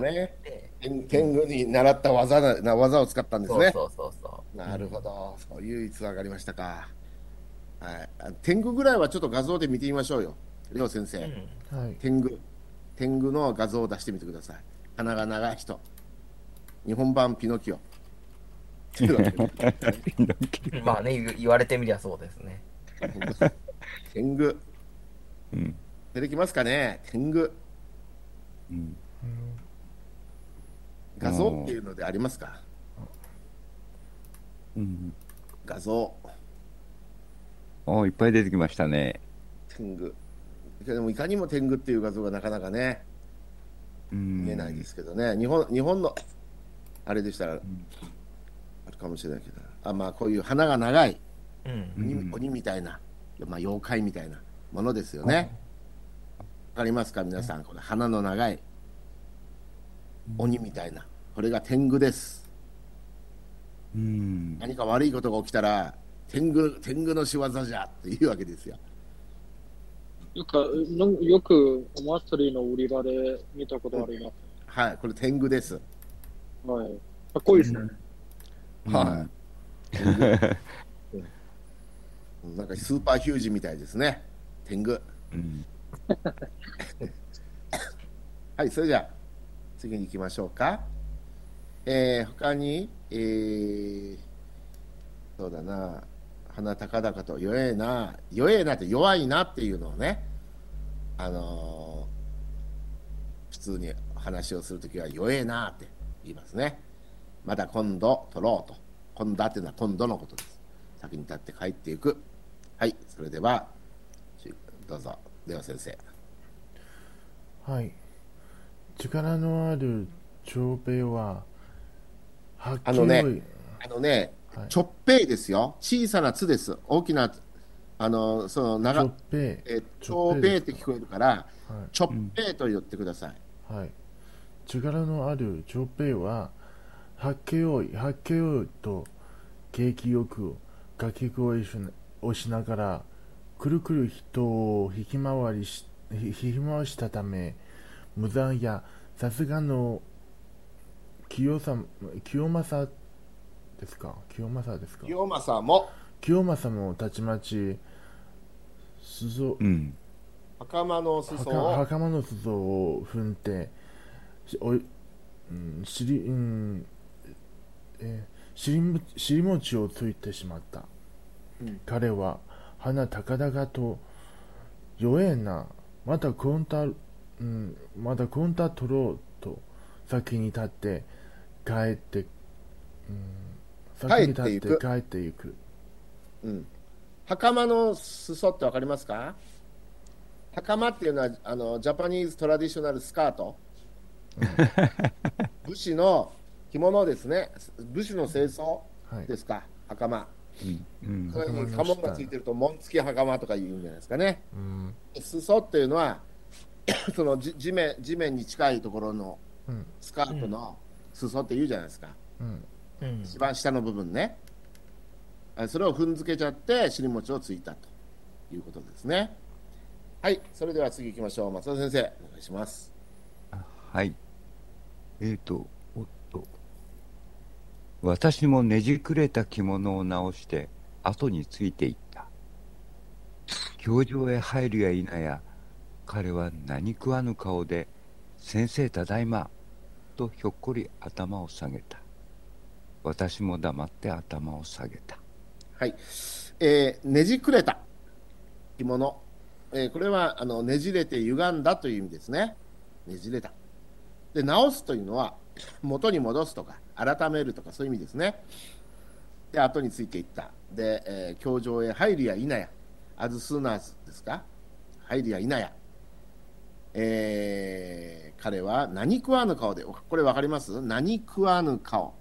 天狗に習った技を使ったんですね。 そうなるほど、そういう逸話がありましたか。はい、天狗ぐらいはちょっと画像で見てみましょうよ、レオ先生。天狗の画像を出してみてください。鼻が長い人、日本版ピノキオ。 まあね、言われてみりゃそうですね。 天狗、出てきますかね、天狗。画像っていうのでありますか。画像。 いっぱい出てきましたね。 天狗。でもいかにも天狗っていう画像がなかなかね、見えないですけどね。日本のあれでしたら、あるかもしれないけど、まあこういう鼻が長い、鬼みたいな、まあ妖怪みたいなものですよね。わかりますか皆さん、この鼻の長い鬼みたいな、これが天狗です。何か悪いことが起きたら天狗の仕業じゃっていうわけですよ。 よくお祭りの売り場で見たことあります。 はい、これ天狗です。 はい、かっこいいですね。 はい。なんかスーパーヒュージみたいですね、天狗。はい、それじゃあ次に行きましょうか。他に、そうだな、鼻高々と弱えなって弱いなっていうのをね、普通に話をするときは弱えなって言いますね。また今度取ろうと。今度っていうのは今度のことです。先に立って帰っていく。はい、それではどうぞ、では先生。 はい。力のある長兵はチョッペイですよ。小さな「つ」です。大きなその長長兵って聞こえるから、チョッペイと言ってください。 はい。力のある長兵ははっけよいと景気よく掛け声をしながらくるくる人を引き回したため、無残やさすがの清正もたちまち袴の裾を踏んで尻餅をついてしまった。彼は鼻高々と弱えな、またコンタ取ろうと先に立って帰っていく。 袴の裾ってわかりますか？袴っていうのはジャパニーズトラディショナルスカート、武士の着物ですね。武士の正装ですか、袴。それに家紋がついてると紋付き袴とか言うんじゃないですかね。裾っていうのはその地面に近いところのスカートの裾って言うじゃないですか。一番下の部分ね。それを踏んづけちゃって尻餅をついたということですね。はい、それでは次行きましょう。松田先生、お願いします。 はい。私もねじくれた着物を直して後についていった。教場へ入るや否や、彼は何食わぬ顔で、先生ただいま、とひょっこり頭を下げた。私も黙って頭を下げた。 はい。ねじくれた着物。これはねじれて歪んだという意味ですね。ねじれた。で、直すというのは、元に戻すとか、改めるとか、そういう意味ですね。で、後についていった。で、教場へ入るや否や、as soon as ですか、入るや否や、 彼は何食わぬ顔で、これわかります？何食わぬ顔。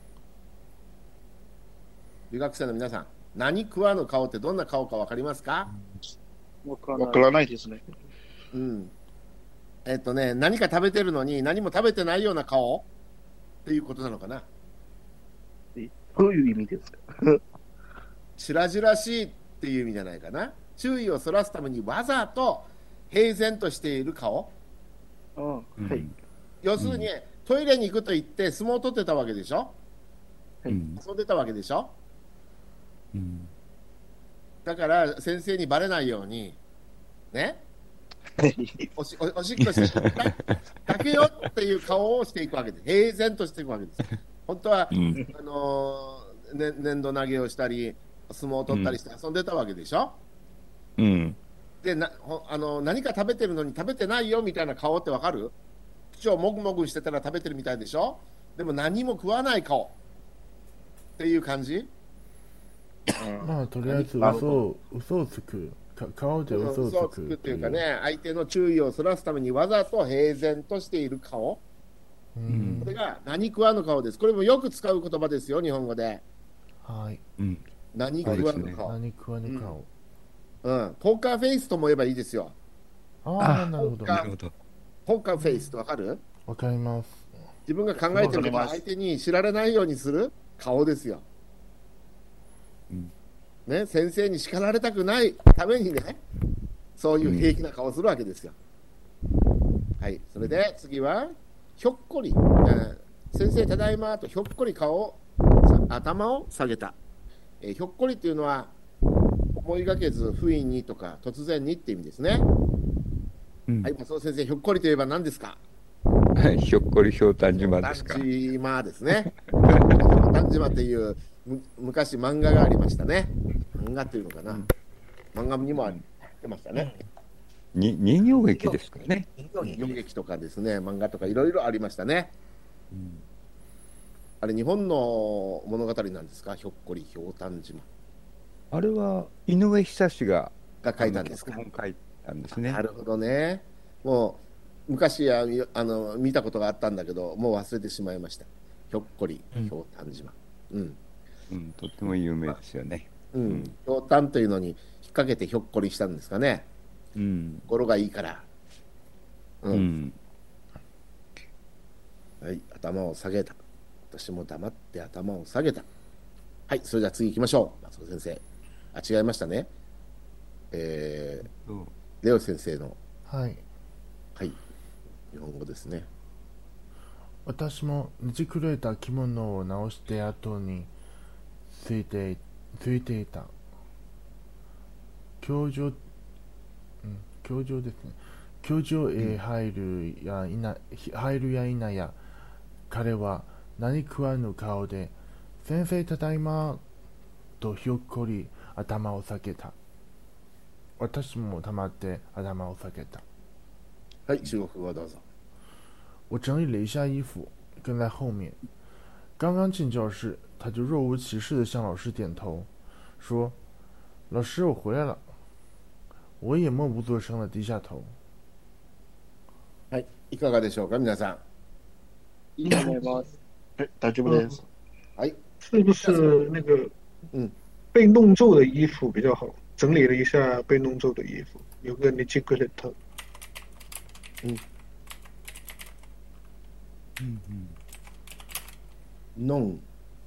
留学生の皆さん、何食わぬ顔ってどんな顔かわかりますか？ わからないですね。 うん。何か食べてるのに何も食べてないような顔っていうことなのかな。 どういう意味ですか？ 白々しいっていう意味じゃないかな。注意をそらすためにわざと平然としている顔。 はい。 要するに、トイレに行くと言って相撲を取ってたわけでしょ。遊んでたわけでしょ。だから先生にバレないようにね、おしっこしてだけよっていう顔をしていくわけです。平然としていくわけです。本当は、粘土投げをしたり相撲を取ったりして遊んでたわけでしょ。で何か食べてるのに食べてないよみたいな顔ってわかる？口をもぐもぐしてたら食べてるみたいでしょ。でも何も食わない顔っていう感じ。 まあとりあえず嘘をつく、顔で嘘をつくっていうかね、相手の注意をそらすためにわざと平然としている顔、これが何食わぬ顔です。これもよく使う言葉ですよ、日本語で。 はい、 何食わぬ顔、 何食わぬ顔、 ポーカーフェイスとも言えばいいですよ。 なるほど。 ポーカーフェイスとわかる？ わかります。 自分が考えてることを相手に知られないようにする顔ですよ。ね、先生に叱られたくないためにね、そういう平気な顔をするわけですよ。はい、それで次はひょっこり、先生ただいまとひょっこり頭を下げた。ひょっこりというのは思いがけず不意にとか突然にって意味ですね。はい、松尾先生、ひょっこりといえば何ですか？ ひょっこりひょうたん島ですか？ ひょうたん島ですね。ひょうたん島っていう昔漫画がありましたね。漫画っていうのかな、漫画にもあってましたね。 人形劇ですかね。 人形劇とかですね、漫画とかいろいろありましたね。あれ日本の物語なんですか？ひょっこりひょうたん島。 あれは井上久志が書いたんですか？ 書いたんですね。 なるほどね。もう昔見たことがあったんだけど、もう忘れてしまいました。ひょっこりひょうたん島。 とっても有名ですよね。 ひょうたんというのに引っ掛けてひょっこりしたんですかね。語呂がいいから。はい、頭を下げた。私も黙って頭を下げた。はい、それでは次行きましょう。松尾先生。違いましたね。レオ先生の。 はい。 日本語ですね。 私もねじくれた着物を直して後についていた。教場ですね。教場へ入るや否や、彼は何食わぬ顔で、先生ただいまとひょっこり頭を下げた。私も黙って頭を下げた。 はい、中国語どうぞ。 我整理了一下衣服，跟在后面。刚刚进教室，他就若无其事地向老师点头，说：“老师，我回来了。”我也默不作声地低下头。 はい、いかがでしょうか、皆さん。 いいと思います。 大丈夫です。 はい。 是不是那个被弄皱的衣服比较好？整理了一下被弄皱的衣服，有个 netiquette。 ノン。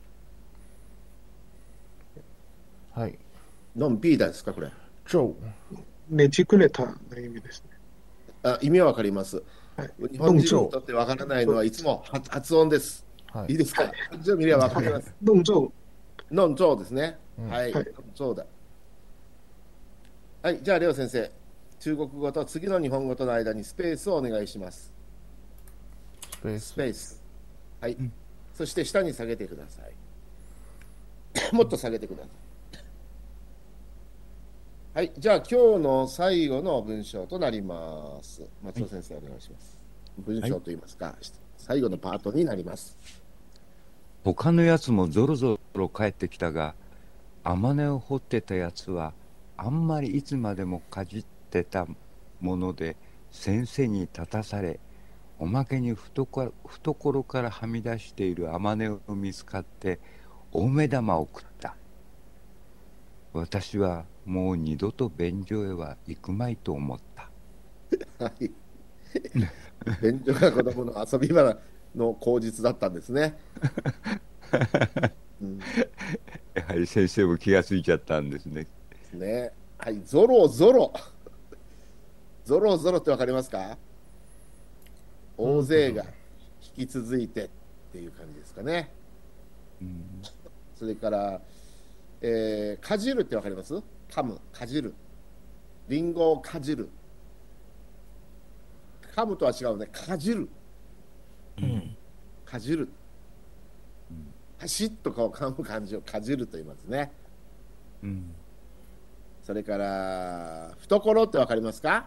はい。 ノンピーダですか、これ。 皱。 ネチクレタの意味ですね。意味はわかります。日本人にとってわからないのはいつも発音です。いいですか？じゃあ見ればわかります。 ノンゾウ。ノンゾウですね。はい。ノンゾウだ。はい。じゃあレオ先生、中国語と次の日本語との間にスペースをお願いします。スペース。はい。そして下に下げてください。もっと下げてください。はい、じゃあ今日の最後の文章となります。松尾先生、お願いします。文章といいますか、最後のパートになります。 他のやつもぞろぞろ帰ってきたが、天音を掘ってたやつはあんまりいつまでもかじってたもので先生に立たされ、おまけに懐からはみ出している甘根を見つかって大目玉を食った。私はもう二度と便所へは行くまいと思った。 はい。便所が子供の遊び場の口実だったんですね。 うん、やはり先生も気がついちゃったんですね。 ね。はい、ゾロゾロ。ゾロゾロってわかりますか？大勢が引き続いてっていう感じですかね。うん、それから、かじるってわかります？噛む、かじる。リンゴをかじる。噛むとは違うね。かじる。うん、かじる。パシッとこう噛む感じをかじると言いますね。うん、それから懐ってわかりますか？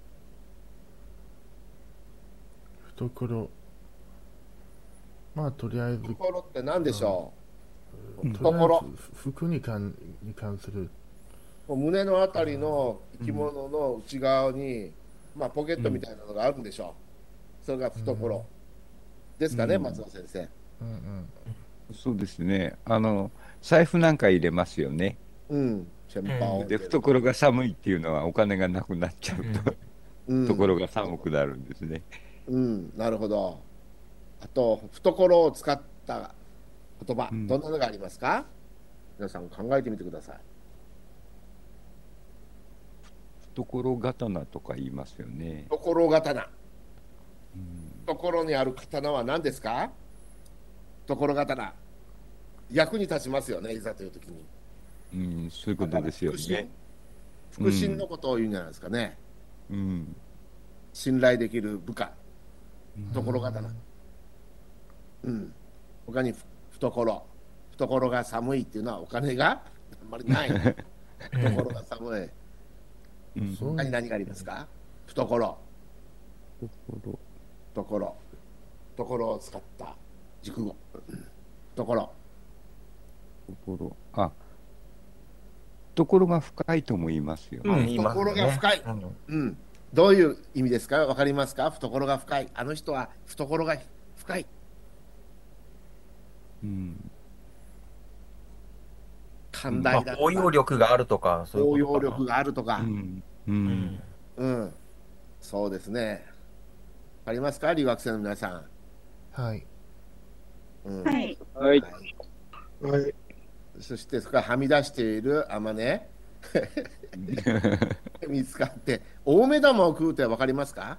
懐。まあとりあえず。 懐って何でしょう？懐。服に関する。 胸のあたりの生き物の内側に、まあポケットみたいなのがあるんでしょう。それが懐ですかね、松尾先生。うんうん。 そうですね。財布なんか入れますよね。 うん。 で、懐が寒いっていうのはお金がなくなっちゃうと、懐が寒くなるんですね。 うん、なるほど。あと、懐を使った言葉、どんなのがありますか？皆さん考えてみてください。 懐刀とか言いますよね。 懐刀。懐にある刀は何ですか？懐刀。役に立ちますよね、いざというときに。 うん、そういうことですよね。 腹心のことを言うんじゃないですかね。うん。信頼できる部下。懐刀。うん。他に懐が寒いっていうのはお金があんまりない。懐が寒い。他に何がありますか？懐を使った熟語。懐。 あ、懐が深いとも言いますよね。 懐が深い。うん。どういう意味ですか？わかりますか？懐が深い。あの人は懐が深い。うん。寛大だ。 応用力があるとか、 そういうことか。応用力があるとか。うん。そうですね。わかりますか？留学生の皆さん。 はい。 はい。 はい。 はい。 そしてそこからはみ出している甘根見つかって大目玉を食うって分かりますか？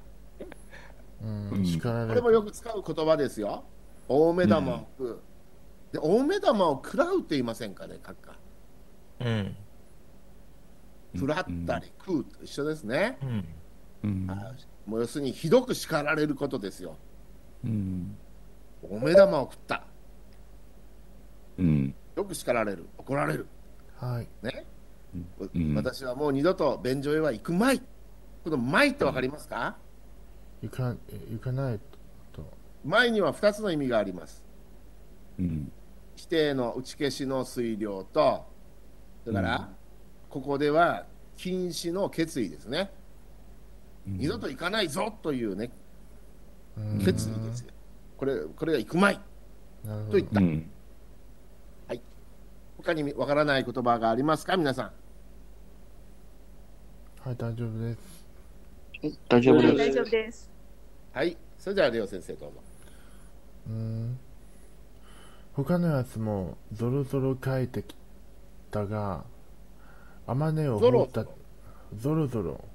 これもよく使う言葉ですよ。大目玉を食う。で大目玉を食らうって言いませんかね、閣下。食らったり食うと一緒ですね。もう要するにひどく叱られることですよ。大目玉を食った。よく叱られる、怒られる。 はい。 ね。私はもう二度と便所へは行くまい。このまいってわかりますか？ 行かないと。 まいには2つの意味があります。否定の打ち消しの推量と、だから、ここでは禁止の決意ですね。二度と行かないぞというね、決意ですよ。これが行くまいと言った。他にわからない言葉がありますか、皆さん。 はい、大丈夫です。 大丈夫です。 大丈夫です。 はい、それではレオ先生どうぞ。 他のやつもゾロゾロ書いてきたが、甘根を放った。ゾロゾロ。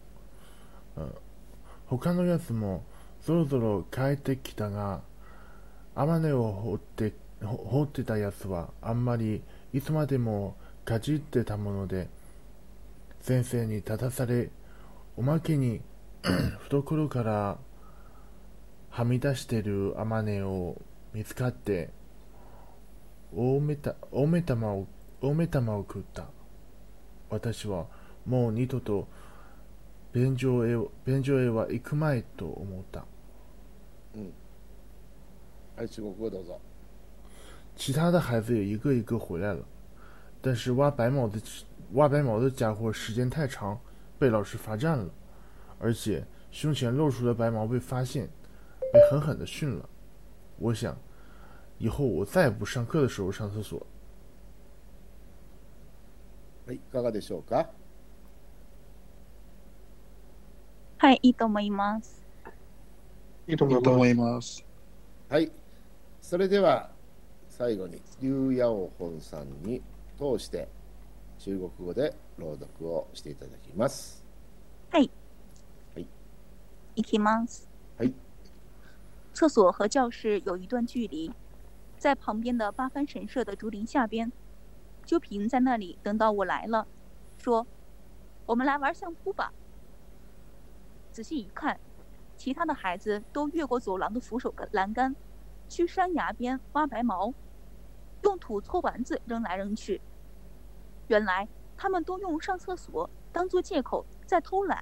他のやつもゾロゾロ書いてきたが、甘根を放ってたやつはあんまりいつまでもかじってたもので、先生に立たされ、おまけに懐からはみ出してる甘根を見つかって大目玉を食った。私はもう二度と便所へは行くまいと思った。 はい、中国語どうぞ。 其他的孩子也一个一个回来了，但是挖白毛的家伙时间太长，被老师罚站了。 而且胸前露出的白毛被发现，被狠狠地训了。我想，以后我再也不上课的时候上厕所。 はい、いかがでしょうか。 はい、いいと思います。 いいと思います。 はい、それでは最後に劉ヤオホンさんに通して中国語で朗読をしていただきます。 はい。 はい。 いきます。 はい。 厕所和教室有一段距离，在旁边的八幡神社的竹林下边。鸠平在那里等到我来了，说：“我们来玩相扑吧。”仔细一看，其他的孩子都越过走廊的扶手栏杆，去山崖边挖白毛，用土搓丸子扔来扔去。原来他们都用上厕所当作借口在偷懒。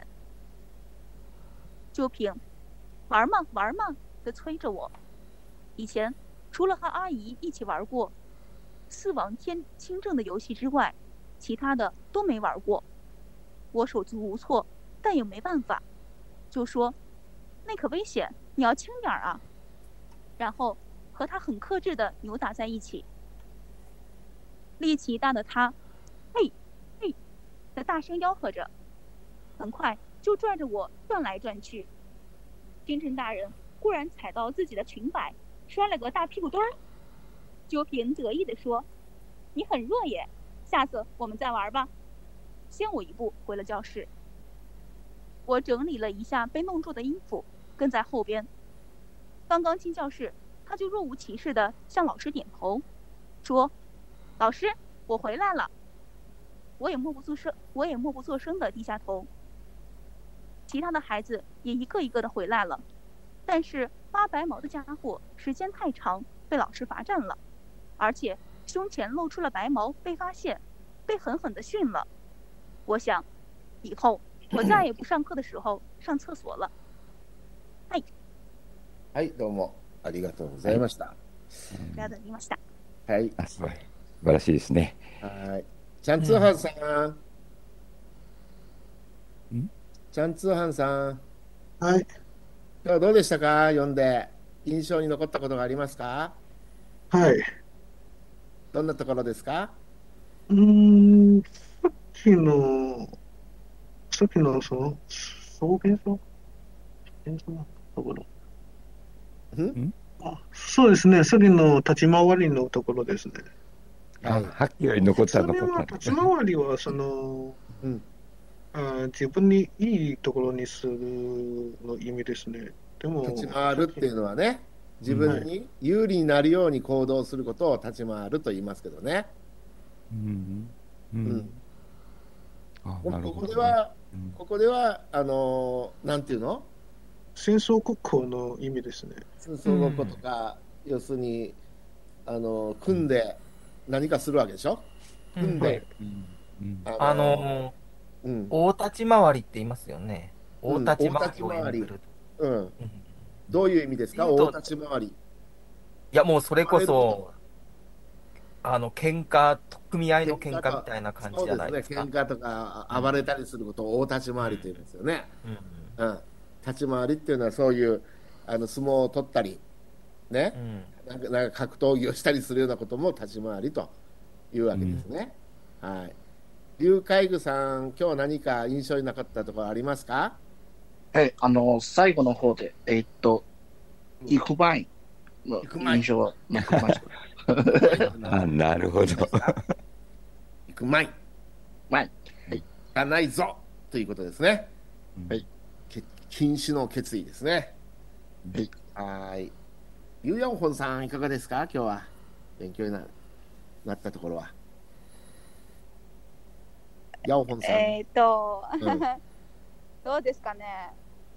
鸠平，玩嘛玩嘛地催着我。以前除了和阿姨一起玩过四王天清正的游戏之外，其他的都没玩过。我手足无措，但也没办法，就说：“那可危险，你要轻点啊。”然后和他很克制的扭打在一起。力气大的他，嘿，嘿的大声吆喝着，很快就拽着我转来转去。京城大人忽然踩到自己的裙摆，摔了个大屁股墩儿。鸠平得意地说：“你很弱耶，下次我们再玩吧。”先我一步回了教室。我整理了一下被弄皱的衣服，跟在后边。刚刚进教室，他就若无其事地向老师点头，说：“老师，我回来了。”我也默不作声地低下头。其他的孩子也一个一个的回来了，但是挖白毛的家伙时间太长，被老师罚站了。而且胸前露出了白毛被发现，被狠狠地训了。我想，以后我再也不上課的時候上廁所了。はい。 はい、どうもありがとうございました。 ありがとうございました。 はい。 素晴らしいですね。 はい。チャンツーハンさん。チャンツーハンさん。 はい。 今日はどうでしたか？読んで印象に残ったことがありますか？ はい。 どんなところですか？ さっきのその草原のところ。そうですね。さっきの立ち回りのところですね。 はい。はっきり残ったの。 立ち回りは自分にいいところにするの意味ですね。でも立ち回るっていうのはね、自分に有利になるように行動することを立ち回ると言いますけどね。ここではなんていうの？ 戦争国交の意味ですね。 戦争ごっことか、要するに組んで何かするわけでしょ。組んで、 大立ち回りって言いますよね。大立ち回り。 どういう意味ですか？大立ち回り。 いや、もうそれこそ喧嘩、組合の喧嘩みたいな感じじゃないですか。 そうですね。喧嘩とか暴れたりすることを大立ち回りというんですよね。立ち回りっていうのはそういう相撲を取ったりね、なんか格闘技をしたりするようなことも立ち回りというわけですね。はい。劉海愚さん、今日何か印象になかったところありますか？ はい、最後の方で行く前の印象はなくました。 なるほど。 行く前。 はい。 行かないぞということですね。 はい。 禁止の決意ですね。 はい。 はい。ユヨンホンさんいかがですか？今日は勉強になったところは。ヤオホンさん。 どうですかね。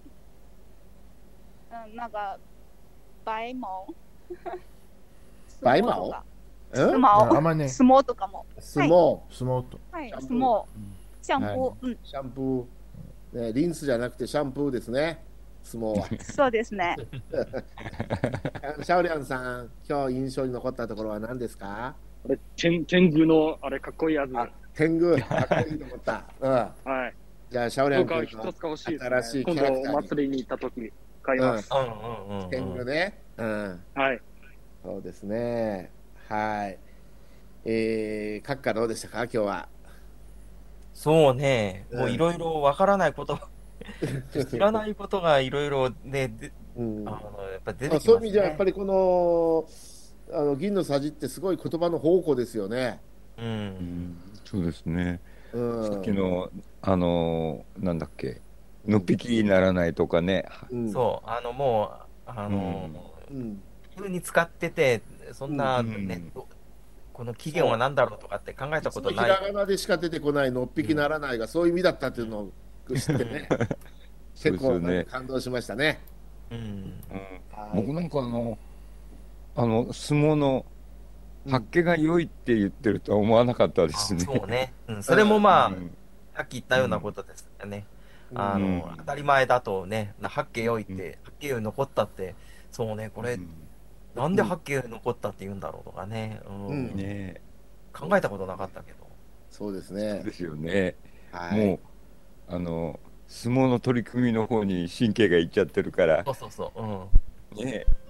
なんか白毛。 白毛？ 相撲とかも。 相撲と。 はい、相撲。シャンプー。 シャンプー。ね、リンスじゃなくてシャンプーですね。相撲は。 そうですね。 シャオリャンさん、今日印象に残ったところは何ですか？ 天狗のあれかっこいいやつ。 天狗かっこいいと思った。 はい。 じゃあ、シャオリャン君一つが欲しいです、ね。 新しいキャラクターに。 今度お祭りに行った時買います。 天狗ね。 はい。 そうですね。はい。閣下どうでしたか、今日は。 そうね、もういろいろわからないこと、知らないことがいろいろね、やっぱ出てきますね。 そういう意味では、やっぱりこの、銀のさじってすごい言葉の宝庫ですよね。 そうですね。さっきの、なんだっけ、のっぴきにならないとかね。 そう、もう、普通に使ってて、そんなね、この起源は何だろうとかって考えたことない。 ひらがなでしか出てこないのっぴきならないが、そういう意味だったっていうのを知ってね、結構感動しましたね。 僕なんか相撲の発気が良いって言ってるとは思わなかったですね。 そうね。それもまあ、さっき言ったようなことですよね。当たり前だとね、発気良いって、発気良い残ったって、そうね、これ、なんで発見残ったって言うんだろうとかね、考えたことなかったけど。 そうですね。 そうですよね。もう相撲の取り組みの方に神経がいっちゃってるから。 そうそうそう。 そう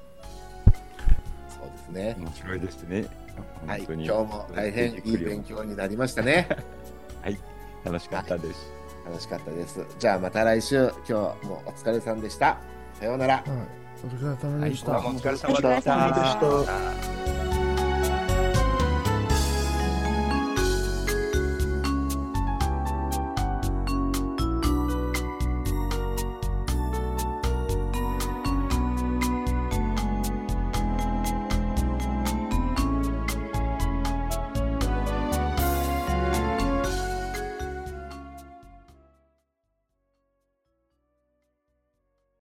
ですね。 面白いですね。 はい。今日も大変いい勉強になりましたね。 はい。楽しかったです。 楽しかったです。じゃあまた来週。今日もお疲れさんでした。さようなら。 お疲れ様でした。 お疲れ様でした。